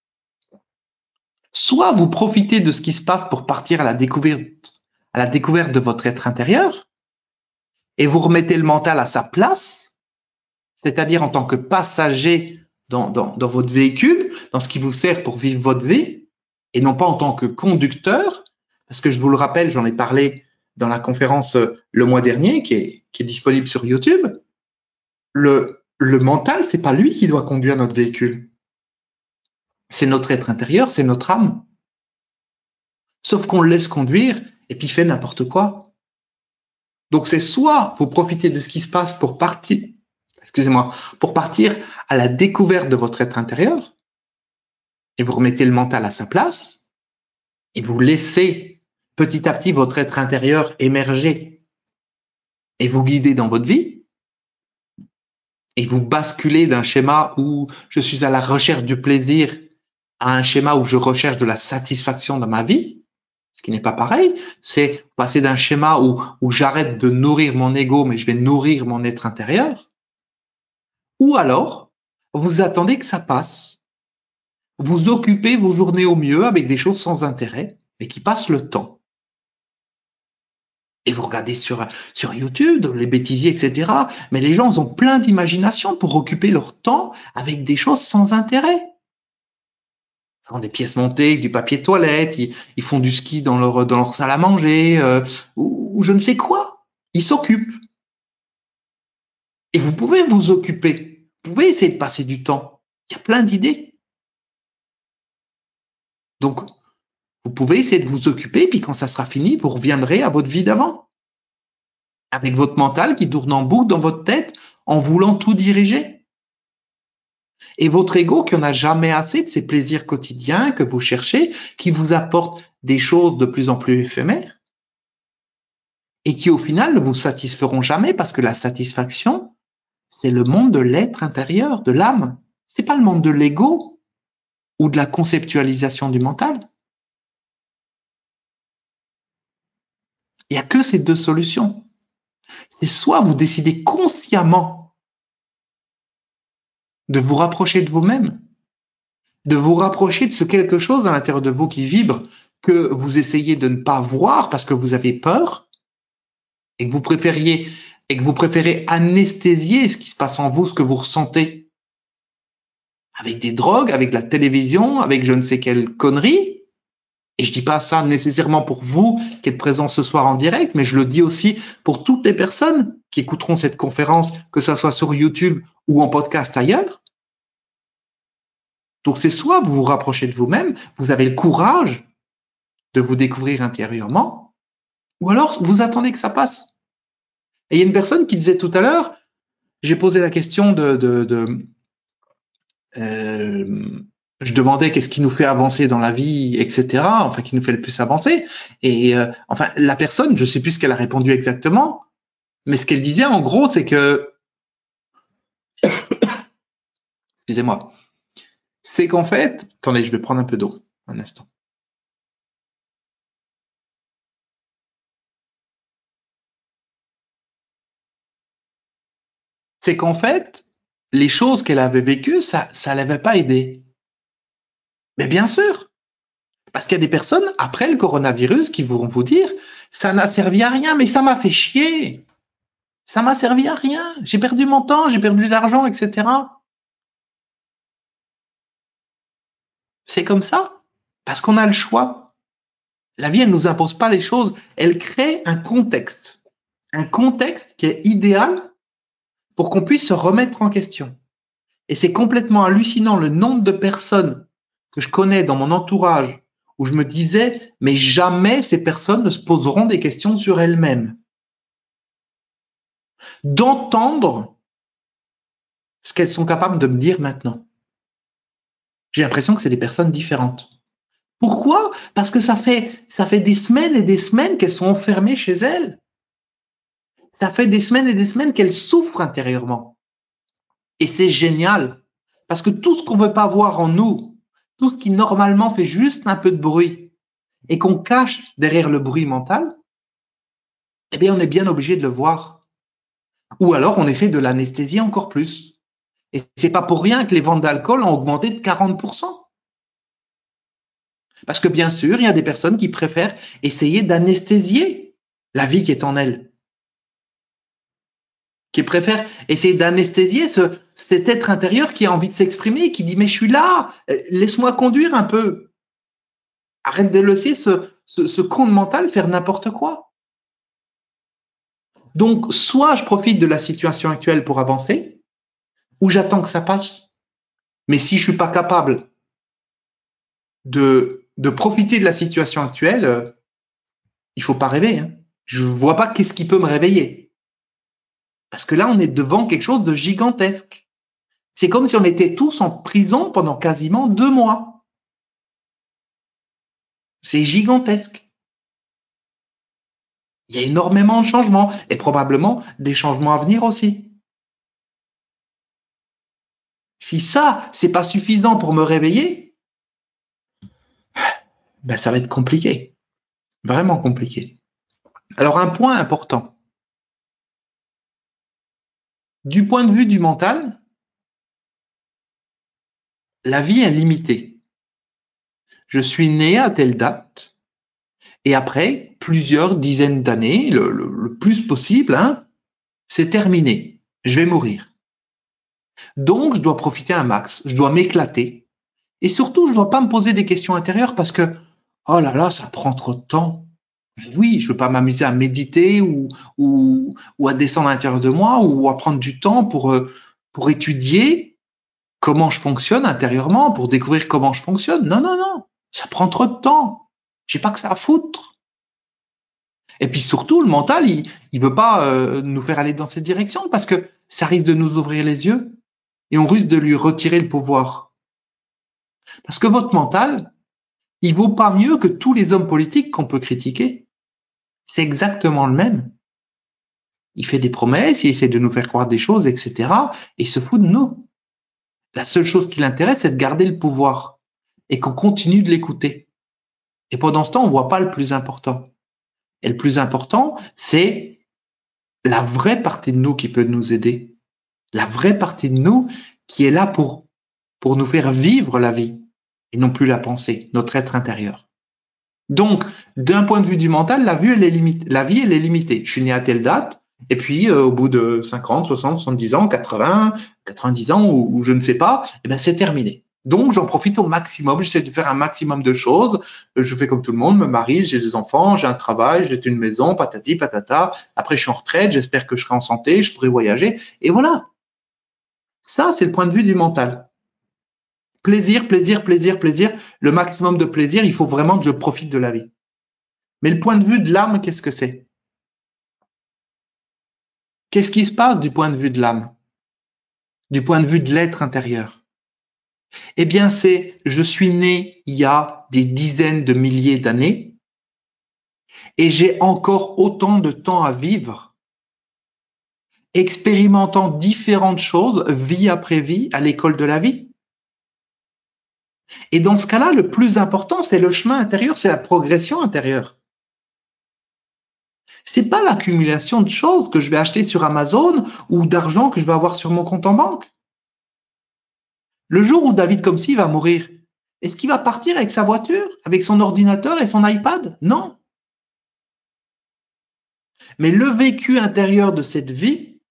Soit vous profitez de ce qui se passe pour partir à la découverte, à la découverte de votre être intérieur et vous remettez le mental à sa place, c'est-à-dire en tant que passager dans, dans, dans votre véhicule, dans ce qui vous sert pour vivre votre vie, et non pas en tant que conducteur, parce que je vous le rappelle, j'en ai parlé dans la conférence le mois dernier, qui est, qui est disponible sur YouTube. Le, le mental, c'est pas lui qui doit conduire notre véhicule. C'est notre être intérieur, c'est notre âme. Sauf qu'on le laisse conduire et puis il fait n'importe quoi. Donc c'est soit vous profitez de ce qui se passe pour partir, excusez-moi, pour partir à la découverte de votre être intérieur et vous remettez le mental à sa place et vous laissez petit à petit votre être intérieur émerger et vous guider dans votre vie et vous basculez d'un schéma où je suis à la recherche du plaisir à un schéma où je recherche de la satisfaction dans ma vie, ce qui n'est pas pareil, c'est passer d'un schéma où, où j'arrête de nourrir mon ego, mais je vais nourrir mon être intérieur. Ou alors, vous attendez que ça passe. Vous occupez vos journées au mieux avec des choses sans intérêt, mais qui passent le temps. Et vous regardez sur, sur YouTube, les bêtisiers, et cetera. Mais les gens ont plein d'imagination pour occuper leur temps avec des choses sans intérêt. Ils font des pièces montées avec du papier toilette, ils, ils font du ski dans leur, dans leur salle à manger, euh, ou, ou je ne sais quoi. Ils s'occupent. Et vous pouvez vous occuper. Vous pouvez essayer de passer du temps. Il y a plein d'idées. Donc, vous pouvez essayer de vous occuper, puis quand ça sera fini, vous reviendrez à votre vie d'avant. avec votre mental qui tourne en boucle dans votre tête en voulant tout diriger. Et votre ego qui en a jamais assez de ces plaisirs quotidiens que vous cherchez, qui vous apportent des choses de plus en plus éphémères et qui au final ne vous satisferont jamais parce que la satisfaction, c'est le monde de l'être intérieur, de l'âme. C'est pas le monde de l'ego ou de la conceptualisation du mental. Il n'y a que ces deux solutions. C'est soit vous décidez consciemment de vous rapprocher de vous-même, de vous rapprocher de ce quelque chose à l'intérieur de vous qui vibre, que vous essayez de ne pas voir parce que vous avez peur, et que vous préfériez, et que vous préférez anesthésier ce qui se passe en vous, ce que vous ressentez, avec des drogues, avec la télévision, avec je ne sais quelle connerie. Et je dis pas ça nécessairement pour vous qui êtes présents ce soir en direct, mais je le dis aussi pour toutes les personnes qui écouteront cette conférence, que ça soit sur YouTube ou en podcast ailleurs. Donc c'est soit vous vous rapprochez de vous-même, vous avez le courage de vous découvrir intérieurement, ou alors vous attendez que ça passe. Et il y a une personne qui disait tout à l'heure, j'ai posé la question de, de, de euh, je demandais qu'est-ce qui nous fait avancer dans la vie, et cetera. Enfin, qui nous fait le plus avancer. Et euh, enfin, la personne, je sais plus ce qu'elle a répondu exactement, mais ce qu'elle disait en gros, c'est que, excusez-moi, c'est qu'en fait, attendez, je vais prendre un peu d'eau, un instant. C'est qu'en fait, les choses qu'elle avait vécues, ça, ça l'avait pas aidée. Mais bien sûr, parce qu'il y a des personnes, après le coronavirus, qui vont vous dire, ça n'a servi à rien, mais ça m'a fait chier. Ça m'a servi à rien. J'ai perdu mon temps, j'ai perdu de l'argent, et cetera. C'est comme ça, parce qu'on a le choix. La vie, elle nous impose pas les choses. Elle crée un contexte. Un contexte qui est idéal pour qu'on puisse se remettre en question. Et c'est complètement hallucinant le nombre de personnes que je connais dans mon entourage où je me disais, mais jamais ces personnes ne se poseront des questions sur elles-mêmes. D'entendre ce qu'elles sont capables de me dire maintenant. J'ai l'impression que c'est des personnes différentes. Pourquoi? Parce que ça fait, ça fait des semaines et des semaines qu'elles sont enfermées chez elles. Ça fait des semaines et des semaines qu'elles souffrent intérieurement. Et c'est génial. Parce que tout ce qu'on ne veut pas voir en nous, tout ce qui normalement fait juste un peu de bruit et qu'on cache derrière le bruit mental, eh bien, on est bien obligé de le voir. Ou alors, on essaie de l'anesthésier encore plus. Et c'est pas pour rien que les ventes d'alcool ont augmenté de quarante pour cent. Parce que bien sûr, il y a des personnes qui préfèrent essayer d'anesthésier la vie qui est en elles. Qui préfèrent essayer d'anesthésier ce, cet être intérieur qui a envie de s'exprimer, qui dit « mais je suis là, laisse-moi conduire un peu ». Arrête de laisser ce, ce, ce con mental faire n'importe quoi. Donc, soit je profite de la situation actuelle pour avancer, ou j'attends que ça passe. Mais si je suis pas capable de, de profiter de la situation actuelle, euh, il faut pas rêver. Hein. Je vois pas qu'est-ce qui peut me réveiller. Parce que là, on est devant quelque chose de gigantesque. C'est comme si on était tous en prison pendant quasiment deux mois. C'est gigantesque. Il y a énormément de changements et probablement des changements à venir aussi. Si ça, c'est pas suffisant pour me réveiller, ben ça va être compliqué. Vraiment compliqué. Alors, un point important. Du point de vue du mental, la vie est limitée. Je suis né à telle date et après plusieurs dizaines d'années, le, le, le plus possible, hein, c'est terminé. Je vais mourir. Donc, je dois profiter un max, je dois m'éclater et surtout, je ne dois pas me poser des questions intérieures parce que, oh là là, ça prend trop de temps. Oui, je ne veux pas m'amuser à méditer ou, ou, ou à descendre à l'intérieur de moi ou à prendre du temps pour, pour étudier comment je fonctionne intérieurement, pour découvrir comment je fonctionne. Non, non, non, ça prend trop de temps. J'ai pas que ça à foutre. Et puis surtout, le mental, il il veut pas euh, nous faire aller dans cette direction parce que ça risque de nous ouvrir les yeux et on risque de lui retirer le pouvoir. Parce que votre mental, il vaut pas mieux que tous les hommes politiques qu'on peut critiquer. C'est exactement le même. Il fait des promesses, il essaie de nous faire croire des choses, et cetera. Et il se fout de nous. La seule chose qui l'intéresse, c'est de garder le pouvoir et qu'on continue de l'écouter. Et pendant ce temps, on voit pas le plus important. Et le plus important, c'est la vraie partie de nous qui peut nous aider. La vraie partie de nous qui est là pour, pour nous faire vivre la vie et non plus la pensée, notre être intérieur. Donc, d'un point de vue du mental, la vie, elle est limitée. La vie, elle est limitée. Je suis né à telle date, et puis euh, au bout de cinquante, soixante, soixante-dix ans, quatre-vingts, quatre-vingt-dix ans, ou, ou je ne sais pas, eh ben c'est terminé. Donc, j'en profite au maximum. J'essaie de faire un maximum de choses. Je fais comme tout le monde, me marie, j'ai des enfants, j'ai un travail, j'ai une maison, patati, patata. Après, je suis en retraite, j'espère que je serai en santé, je pourrai voyager. Et voilà. Ça, c'est le point de vue du mental. Plaisir, plaisir, plaisir, plaisir. Le maximum de plaisir, il faut vraiment que je profite de la vie. Mais le point de vue de l'âme, qu'est-ce que c'est? Qu'est-ce qui se passe du point de vue de l'âme? Du point de vue de l'être intérieur? Eh bien, c'est je suis né il y a des dizaines de milliers d'années et j'ai encore autant de temps à vivre, expérimentant différentes choses, vie après vie, à l'école de la vie. Et dans ce cas-là, le plus important, c'est le chemin intérieur, c'est la progression intérieure. C'est pas l'accumulation de choses que je vais acheter sur Amazon ou d'argent que je vais avoir sur mon compte en banque. Le jour où David Comcy va mourir, est-ce qu'il va partir avec sa voiture, avec son ordinateur et son iPad? Non. Mais le vécu intérieur de cette vie,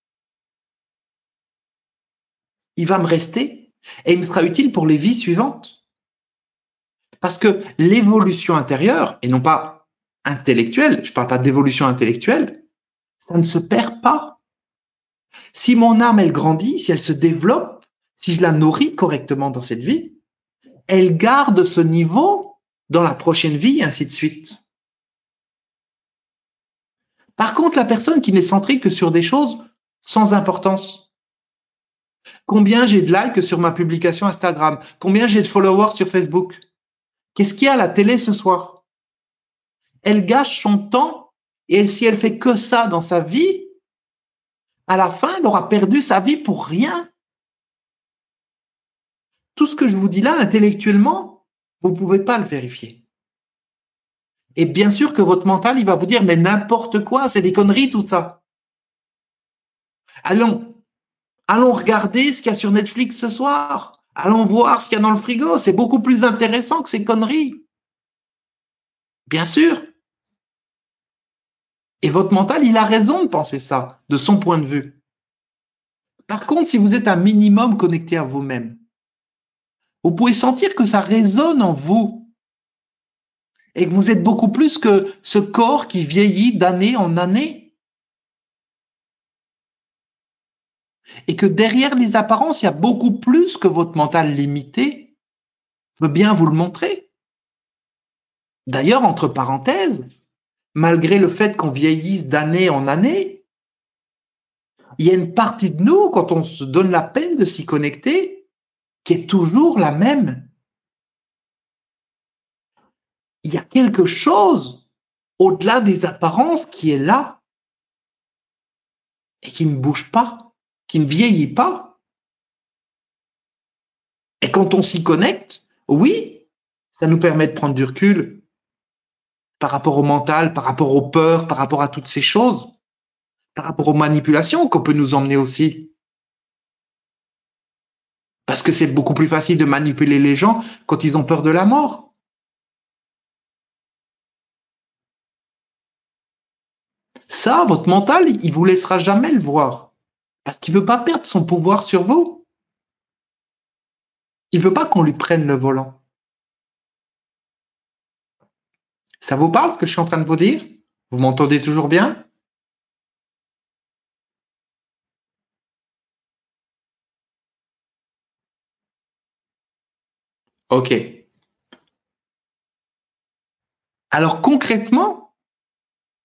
il va me rester et il me sera utile pour les vies suivantes. Parce que l'évolution intérieure, et non pas intellectuelle, je ne parle pas d'évolution intellectuelle, ça ne se perd pas. Si mon âme, elle grandit, si elle se développe, si je la nourris correctement dans cette vie, elle garde ce niveau dans la prochaine vie, et ainsi de suite. Par contre, la personne qui n'est centrée que sur des choses sans importance. Combien j'ai de likes sur ma publication Instagram? Combien j'ai de followers sur Facebook? Qu'est-ce qu'il y a à la télé ce soir? Elle gâche son temps et si elle fait que ça dans sa vie, à la fin, elle aura perdu sa vie pour rien. Tout ce que je vous dis là, intellectuellement, vous ne pouvez pas le vérifier. Et bien sûr que votre mental, il va vous dire, mais n'importe quoi, c'est des conneries tout ça. Allons, allons regarder ce qu'il y a sur Netflix ce soir. Allons voir ce qu'il y a dans le frigo. C'est beaucoup plus intéressant que ces conneries. Bien sûr. Et votre mental, il a raison de penser ça, de son point de vue. Par contre, si vous êtes un minimum connecté à vous-même, vous pouvez sentir que ça résonne en vous et que vous êtes beaucoup plus que ce corps qui vieillit d'année en année. Et que derrière les apparences, il y a beaucoup plus que votre mental limité veut bien vous le montrer. D'ailleurs, entre parenthèses, malgré le fait qu'on vieillisse d'année en année, il y a une partie de nous, quand on se donne la peine de s'y connecter, qui est toujours la même. Il y a quelque chose au-delà des apparences qui est là et qui ne bouge pas, qui ne vieillit pas. Et quand on s'y connecte, oui, ça nous permet de prendre du recul par rapport au mental, par rapport aux peurs, par rapport à toutes ces choses, par rapport aux manipulations qu'on peut nous emmener aussi. Parce que c'est beaucoup plus facile de manipuler les gens quand ils ont peur de la mort. Ça, votre mental, il vous laissera jamais le voir. Parce qu'il veut pas perdre son pouvoir sur vous. Il veut pas qu'on lui prenne le volant. Ça vous parle ce que je suis en train de vous dire? Vous m'entendez toujours bien? Ok. Alors concrètement,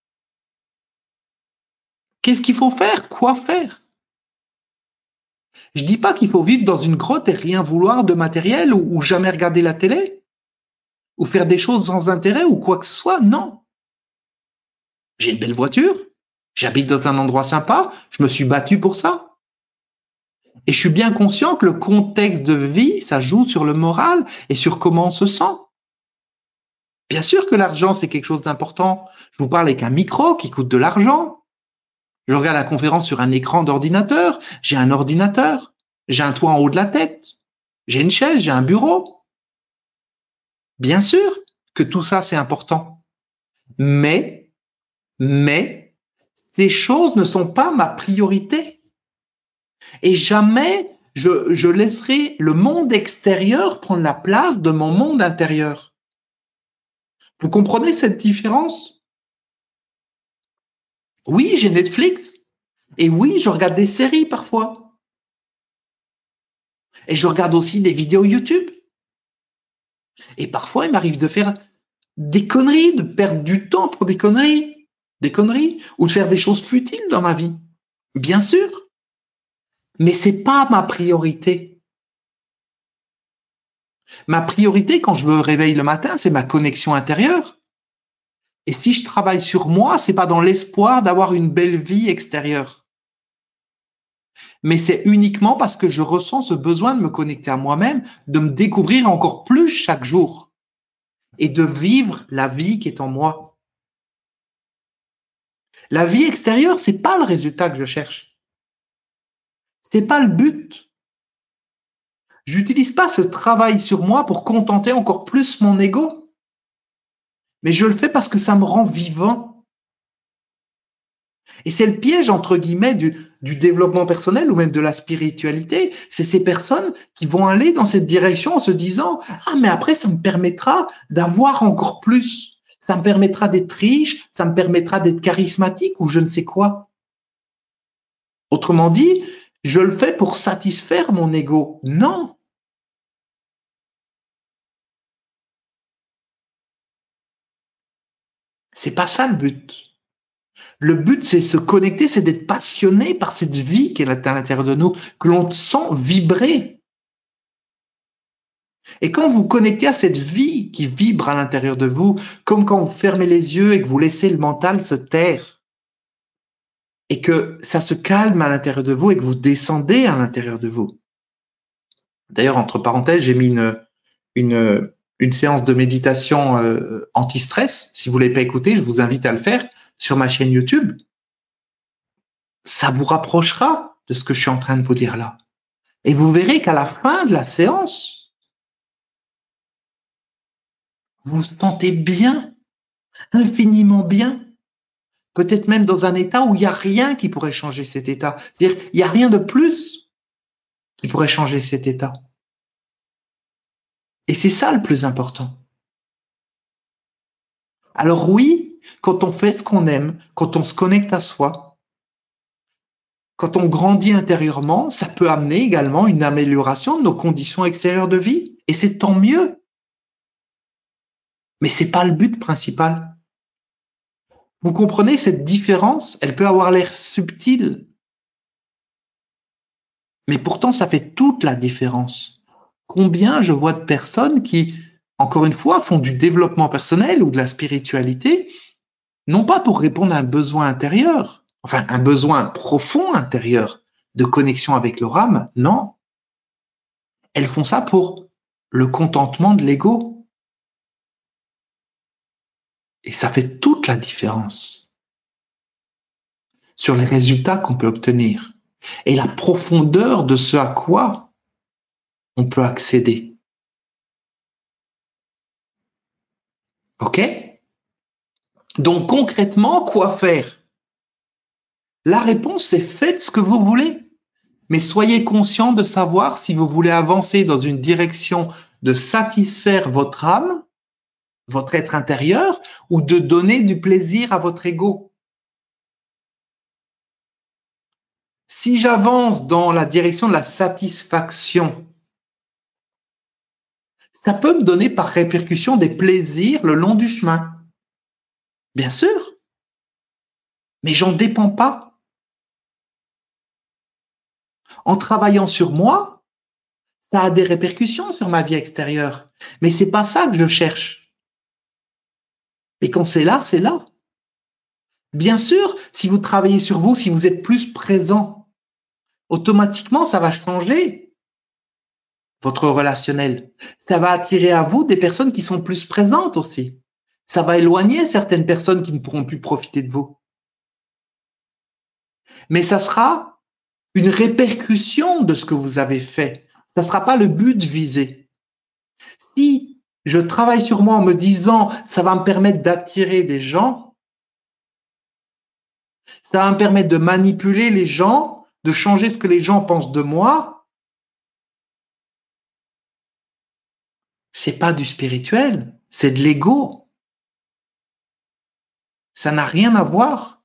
Qu'est-ce qu'il faut faire? Quoi faire? Je dis pas qu'il faut vivre dans une grotte et rien vouloir de matériel ou, ou jamais regarder la télé ou faire des choses sans intérêt ou quoi que ce soit. Non. J'ai une belle voiture. J'habite dans un endroit sympa. Je me suis battu pour ça. Et je suis bien conscient que le contexte de vie, ça joue sur le moral et sur comment on se sent. Bien sûr que l'argent, c'est quelque chose d'important. Je vous parle avec un micro qui coûte de l'argent. Je regarde la conférence sur un écran d'ordinateur. J'ai un ordinateur. J'ai un toit en haut de la tête. J'ai une chaise, j'ai un bureau. Bien sûr que tout ça, c'est important. Mais, mais, ces choses ne sont pas ma priorité. Et jamais je, je laisserai le monde extérieur prendre la place de mon monde intérieur. Vous comprenez cette différence? Oui, j'ai Netflix. Et oui, je regarde des séries parfois. Et je regarde aussi des vidéos YouTube. Et parfois, il m'arrive de faire des conneries, de perdre du temps pour des conneries, des conneries, ou de faire des choses futiles dans ma vie. Bien sûr. Mais c'est pas ma priorité. Ma priorité, quand je me réveille le matin, c'est ma connexion intérieure. Et si je travaille sur moi, c'est pas dans l'espoir d'avoir une belle vie extérieure. Mais c'est uniquement parce que je ressens ce besoin de me connecter à moi-même, de me découvrir encore plus chaque jour et de vivre la vie qui est en moi. La vie extérieure, c'est pas le résultat que je cherche. C'est pas le but. J'utilise pas ce travail sur moi pour contenter encore plus mon ego. Mais je le fais parce que ça me rend vivant. Et c'est le piège, entre guillemets, du, du développement personnel ou même de la spiritualité. C'est ces personnes qui vont aller dans cette direction en se disant « Ah, mais après, ça me permettra d'avoir encore plus. Ça me permettra d'être riche, ça me permettra d'être charismatique ou je ne sais quoi. » Autrement dit, je le fais pour satisfaire mon ego. Non. C'est pas ça le but. Le but, c'est se connecter, c'est d'être passionné par cette vie qui est à l'intérieur de nous, que l'on sent vibrer. Et quand vous connectez à cette vie qui vibre à l'intérieur de vous, comme quand vous fermez les yeux et que vous laissez le mental se taire, et que ça se calme à l'intérieur de vous et que vous descendez à l'intérieur de vous. D'ailleurs, entre parenthèses, j'ai mis une, une, une séance de méditation euh, anti-stress. Si vous ne l'avez pas écouté, je vous invite à le faire sur ma chaîne YouTube. Ça vous rapprochera de ce que je suis en train de vous dire là. Et vous verrez qu'à la fin de la séance, vous vous sentez bien, infiniment bien. Peut-être même dans un état où il n'y a rien qui pourrait changer cet état. C'est-à-dire, il n'y a rien de plus qui pourrait changer cet état. Et c'est ça le plus important. Alors oui, quand on fait ce qu'on aime, quand on se connecte à soi, quand on grandit intérieurement, ça peut amener également une amélioration de nos conditions extérieures de vie. Et c'est tant mieux. Mais c'est pas le but principal. Vous comprenez cette différence? Elle peut avoir l'air subtile. Mais pourtant, ça fait toute la différence. Combien je vois de personnes qui, encore une fois, font du développement personnel ou de la spiritualité, non pas pour répondre à un besoin intérieur, enfin un besoin profond intérieur de connexion avec leur âme, non. Elles font ça pour le contentement de l'ego. Et ça fait toute la différence sur les résultats qu'on peut obtenir et la profondeur de ce à quoi on peut accéder. Ok? Donc concrètement, quoi faire? La réponse, c'est faites ce que vous voulez. Mais soyez conscient de savoir si vous voulez avancer dans une direction de satisfaire votre âme, votre être intérieur, ou de donner du plaisir à votre ego. Si j'avance dans la direction de la satisfaction, ça peut me donner par répercussion des plaisirs le long du chemin. Bien sûr. Mais j'en dépends pas. En travaillant sur moi, ça a des répercussions sur ma vie extérieure. Mais c'est pas ça que je cherche. Et quand c'est là, c'est là. Bien sûr, si vous travaillez sur vous, si vous êtes plus présent, automatiquement, ça va changer votre relationnel. Ça va attirer à vous des personnes qui sont plus présentes aussi. Ça va éloigner certaines personnes qui ne pourront plus profiter de vous. Mais ça sera une répercussion de ce que vous avez fait. Ça ne sera pas le but visé. Si je travaille sur moi en me disant ça va me permettre d'attirer des gens, ça va me permettre de manipuler les gens, de changer ce que les gens pensent de moi, c'est pas du spirituel, c'est de l'ego. Ça n'a rien à voir.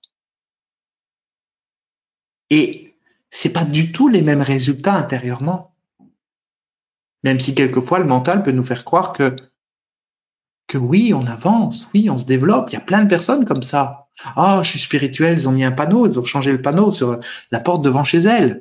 Et c'est pas du tout les mêmes résultats intérieurement. Même si quelquefois le mental peut nous faire croire que que oui, on avance, oui, on se développe. Il y a plein de personnes comme ça. Ah, oh, je suis spirituel, ils ont mis un panneau, ils ont changé le panneau sur la porte devant chez elles.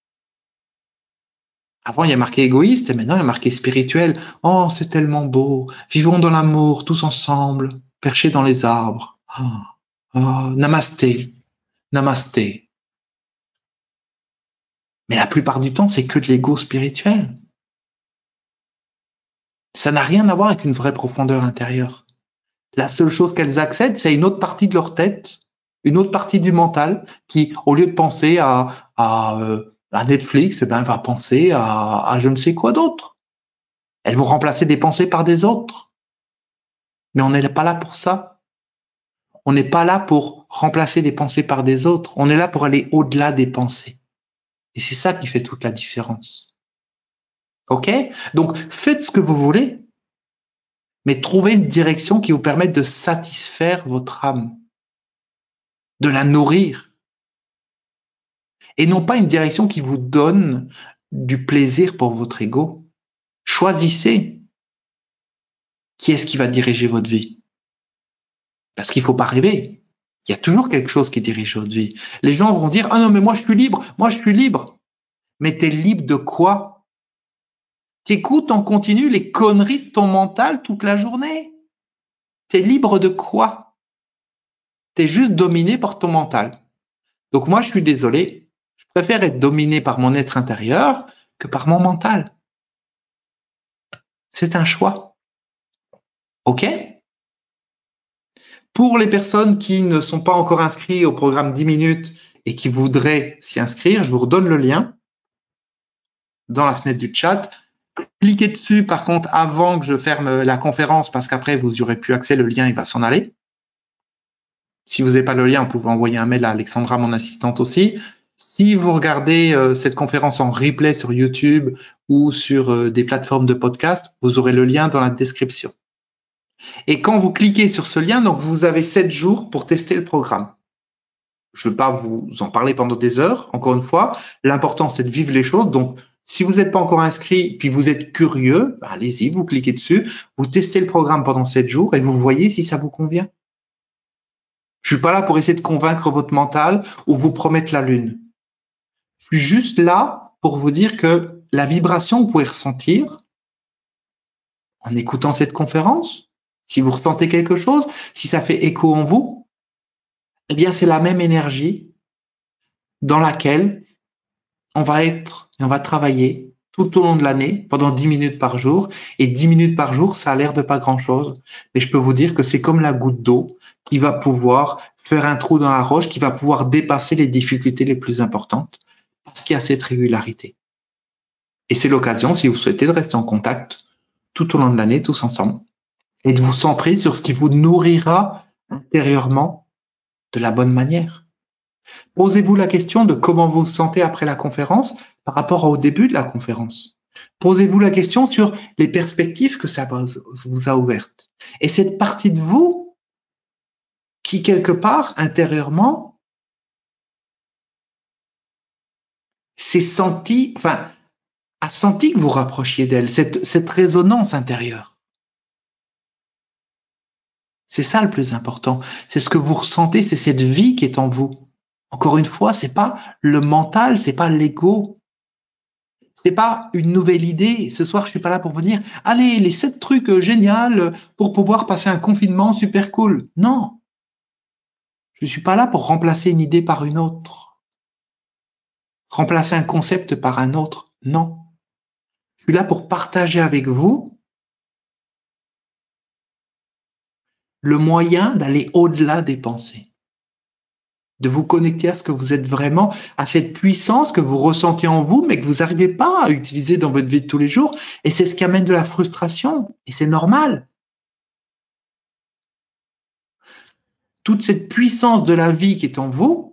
Avant, il y a marqué égoïste et maintenant, il y a marqué spirituel. Oh, c'est tellement beau. Vivons dans l'amour, tous ensemble, perchés dans les arbres. Oh, oh, namasté, namasté. Mais la plupart du temps, c'est que de l'ego spirituel. Ça n'a rien à voir avec une vraie profondeur intérieure. La seule chose qu'elles accèdent, c'est une autre partie de leur tête, une autre partie du mental qui, au lieu de penser à, à, à Netflix, eh ben, va penser à, à je ne sais quoi d'autre. Elles vont remplacer des pensées par des autres. Mais on n'est pas là pour ça. On n'est pas là pour remplacer des pensées par des autres. On est là pour aller au-delà des pensées. Et c'est ça qui fait toute la différence. Ok? Donc, faites ce que vous voulez, mais trouvez une direction qui vous permette de satisfaire votre âme, de la nourrir, et non pas une direction qui vous donne du plaisir pour votre ego. Choisissez qui est-ce qui va diriger votre vie. Parce qu'il ne faut pas rêver. Il y a toujours quelque chose qui dirige votre vie. Les gens vont dire « Ah non, mais moi je suis libre, moi je suis libre ». Mais t'es libre de quoi? T'écoutes en continu les conneries de ton mental toute la journée. T'es libre de quoi? T'es juste dominé par ton mental. Donc moi, je suis désolé, je préfère être dominé par mon être intérieur que par mon mental. C'est un choix. OK? Pour les personnes qui ne sont pas encore inscrites au programme dix minutes et qui voudraient s'y inscrire, je vous redonne le lien dans la fenêtre du chat. Cliquez dessus, par contre, avant que je ferme la conférence, parce qu'après, vous n'aurez plus accès, le lien, il va s'en aller. Si vous n'avez pas le lien, vous pouvez envoyer un mail à Alexandra, mon assistante aussi. Si vous regardez euh, cette conférence en replay sur YouTube ou sur euh, des plateformes de podcast, vous aurez le lien dans la description. Et quand vous cliquez sur ce lien, donc vous avez sept jours pour tester le programme. Je ne vais pas vous en parler pendant des heures, encore une fois. L'important, c'est de vivre les choses. Donc, si vous n'êtes pas encore inscrit, puis vous êtes curieux, ben allez-y, vous cliquez dessus, vous testez le programme pendant sept jours et vous voyez si ça vous convient. Je suis pas là pour essayer de convaincre votre mental ou vous promettre la lune. Je suis juste là pour vous dire que la vibration que vous pouvez ressentir en écoutant cette conférence, si vous ressentez quelque chose, si ça fait écho en vous, eh bien, c'est la même énergie dans laquelle on va être et on va travailler tout au long de l'année pendant dix minutes par jour. Et dix minutes par jour, ça a l'air de pas grand-chose. Mais je peux vous dire que c'est comme la goutte d'eau qui va pouvoir faire un trou dans la roche, qui va pouvoir dépasser les difficultés les plus importantes parce qu'il y a cette régularité. Et c'est l'occasion, si vous souhaitez, de rester en contact tout au long de l'année, tous ensemble, et de vous centrer sur ce qui vous nourrira intérieurement de la bonne manière. Posez-vous la question de comment vous vous sentez après la conférence par rapport au début de la conférence. Posez-vous la question sur les perspectives que ça vous a ouvertes. Et cette partie de vous qui, quelque part, intérieurement, s'est senti, enfin, a senti que vous rapprochiez d'elle, cette, cette résonance intérieure. C'est ça le plus important. C'est ce que vous ressentez, c'est cette vie qui est en vous. Encore une fois, c'est pas le mental, c'est pas l'ego. C'est pas une nouvelle idée. Ce soir, je suis pas là pour vous dire, allez, les sept trucs euh, géniaux pour pouvoir passer un confinement super cool. Non. Je suis pas là pour remplacer une idée par une autre. Remplacer un concept par un autre. Non. Je suis là pour partager avec vous le moyen d'aller au-delà des pensées. De vous connecter à ce que vous êtes vraiment, à cette puissance que vous ressentez en vous, mais que vous n'arrivez pas à utiliser dans votre vie de tous les jours. Et c'est ce qui amène de la frustration. Et c'est normal. Toute cette puissance de la vie qui est en vous,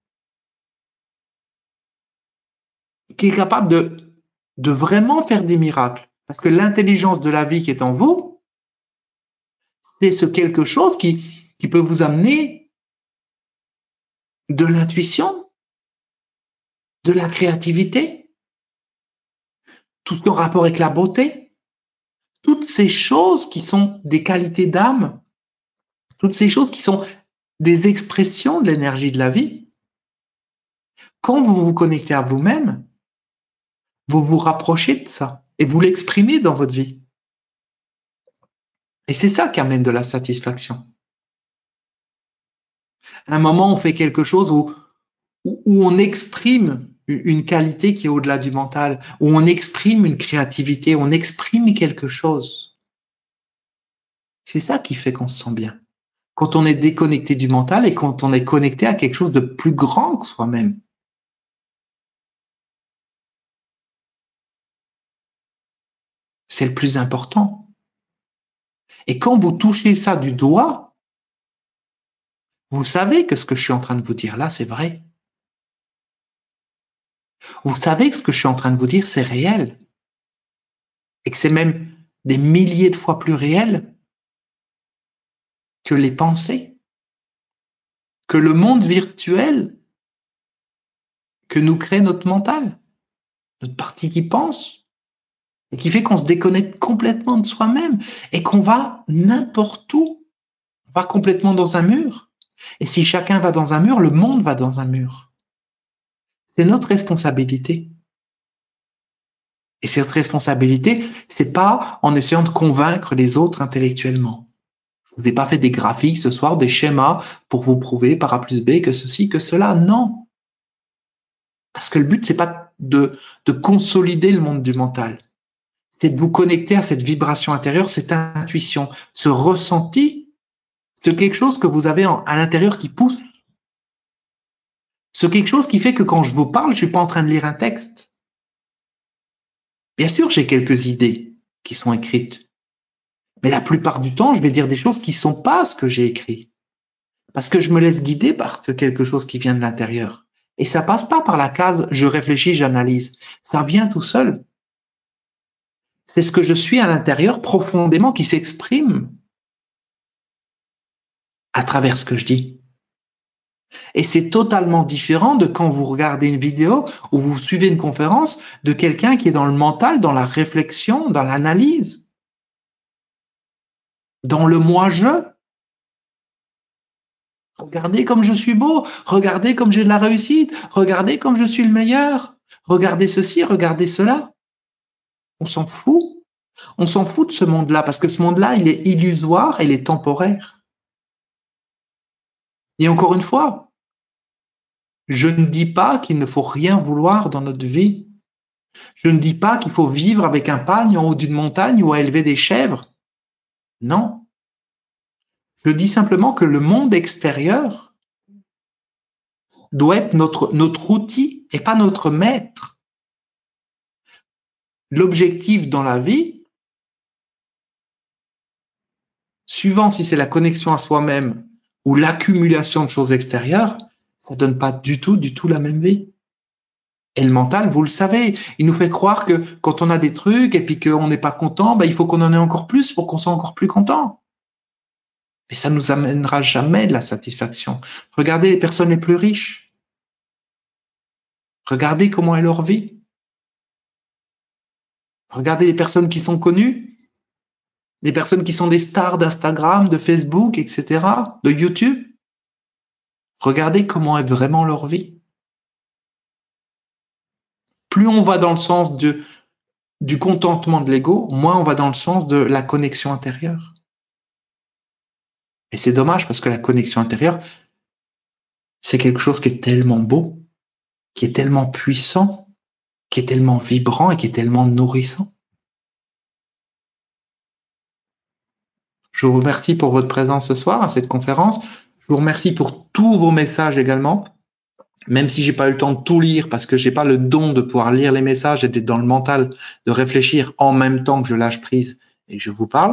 qui est capable de, de vraiment faire des miracles. Parce que l'intelligence de la vie qui est en vous, c'est ce quelque chose qui, qui peut vous amener de l'intuition, de la créativité, tout ce qui est en rapport avec la beauté, toutes ces choses qui sont des qualités d'âme, toutes ces choses qui sont des expressions de l'énergie de la vie. Quand vous vous connectez à vous-même, vous vous rapprochez de ça et vous l'exprimez dans votre vie. Et c'est ça qui amène de la satisfaction. À un moment, on fait quelque chose où, où, où on exprime une qualité qui est au-delà du mental, où on exprime une créativité, on exprime quelque chose. C'est ça qui fait qu'on se sent bien. Quand on est déconnecté du mental et quand on est connecté à quelque chose de plus grand que soi-même. C'est le plus important. Et quand vous touchez ça du doigt, vous savez que ce que je suis en train de vous dire là, c'est vrai. Vous savez que ce que je suis en train de vous dire, c'est réel. Et que c'est même des milliers de fois plus réel que les pensées, que le monde virtuel que nous crée notre mental, notre partie qui pense, et qui fait qu'on se déconnecte complètement de soi-même et qu'on va n'importe où. On va complètement dans un mur. Et si chacun va dans un mur, le monde va dans un mur. C'est notre responsabilité. Et cette responsabilité, c'est pas en essayant de convaincre les autres intellectuellement. Je vous ai pas fait des graphiques ce soir, des schémas pour vous prouver par A plus B que ceci, que cela. Non. Parce que le but, c'est pas de, de consolider le monde du mental. C'est de vous connecter à cette vibration intérieure, cette intuition, ce ressenti, c'est quelque chose que vous avez en, à l'intérieur qui pousse. C'est quelque chose qui fait que quand je vous parle, je suis pas en train de lire un texte. Bien sûr, j'ai quelques idées qui sont écrites. Mais la plupart du temps, je vais dire des choses qui sont pas ce que j'ai écrit. Parce que je me laisse guider par ce quelque chose qui vient de l'intérieur. Et ça passe pas par la case je réfléchis, j'analyse. Ça vient tout seul. C'est ce que je suis à l'intérieur profondément qui s'exprime à travers ce que je dis. Et c'est totalement différent de quand vous regardez une vidéo ou vous suivez une conférence de quelqu'un qui est dans le mental, dans la réflexion, dans l'analyse, dans le moi-je. Regardez comme je suis beau, regardez comme j'ai de la réussite, regardez comme je suis le meilleur, regardez ceci, regardez cela. On s'en fout. On s'en fout de ce monde-là parce que ce monde-là, il est illusoire et il est temporaire. Et encore une fois, je ne dis pas qu'il ne faut rien vouloir dans notre vie. Je ne dis pas qu'il faut vivre avec un pagne en haut d'une montagne ou à élever des chèvres. Non. Je dis simplement que le monde extérieur doit être notre, notre outil et pas notre maître. L'objectif dans la vie, suivant si c'est la connexion à soi-même ou l'accumulation de choses extérieures, ça donne pas du tout, du tout la même vie. Et le mental, vous le savez, il nous fait croire que quand on a des trucs et puis qu'on n'est pas content, ben il faut qu'on en ait encore plus pour qu'on soit encore plus content. Mais ça nous amènera jamais de la satisfaction. Regardez les personnes les plus riches. Regardez comment est leur vie. Regardez les personnes qui sont connues, les personnes qui sont des stars d'Instagram, de Facebook, et cetera, de YouTube. Regardez comment est vraiment leur vie. Plus on va dans le sens de, du contentement de l'ego, moins on va dans le sens de la connexion intérieure. Et c'est dommage parce que la connexion intérieure, c'est quelque chose qui est tellement beau, qui est tellement puissant, qui est tellement vibrant et qui est tellement nourrissant. Je vous remercie pour votre présence ce soir à cette conférence. Je vous remercie pour tous vos messages également. Même si j'ai pas eu le temps de tout lire parce que j'ai pas le don de pouvoir lire les messages et d'être dans le mental, de réfléchir en même temps que je lâche prise et que je vous parle,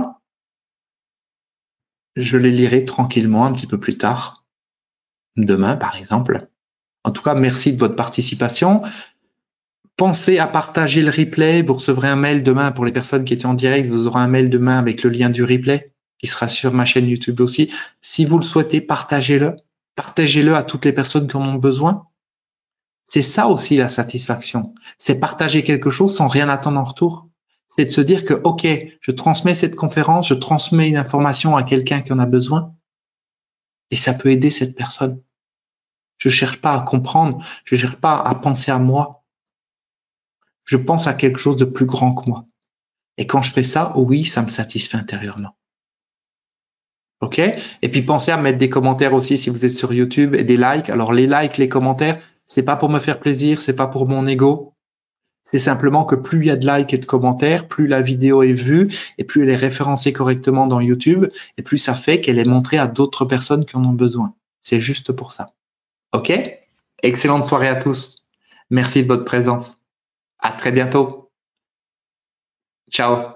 je les lirai tranquillement un petit peu plus tard. Demain, par exemple. En tout cas, merci de votre participation. Pensez à partager le replay. Vous recevrez un mail demain pour les personnes qui étaient en direct. Vous aurez un mail demain avec le lien du replay qui sera sur ma chaîne YouTube aussi. Si vous le souhaitez, partagez-le. Partagez-le à toutes les personnes qui en ont besoin. C'est ça aussi la satisfaction. C'est partager quelque chose sans rien attendre en retour. C'est de se dire que, OK, je transmets cette conférence, je transmets une information à quelqu'un qui en a besoin et ça peut aider cette personne. Je cherche pas à comprendre, je cherche pas à penser à moi. Je pense à quelque chose de plus grand que moi. Et quand je fais ça, oui, ça me satisfait intérieurement. OK? Et puis pensez à mettre des commentaires aussi si vous êtes sur YouTube et des likes. Alors les likes, les commentaires, c'est pas pour me faire plaisir, c'est pas pour mon ego. C'est simplement que plus il y a de likes et de commentaires, plus la vidéo est vue et plus elle est référencée correctement dans YouTube et plus ça fait qu'elle est montrée à d'autres personnes qui en ont besoin. C'est juste pour ça. OK? Excellente soirée à tous. Merci de votre présence. À très bientôt. Ciao.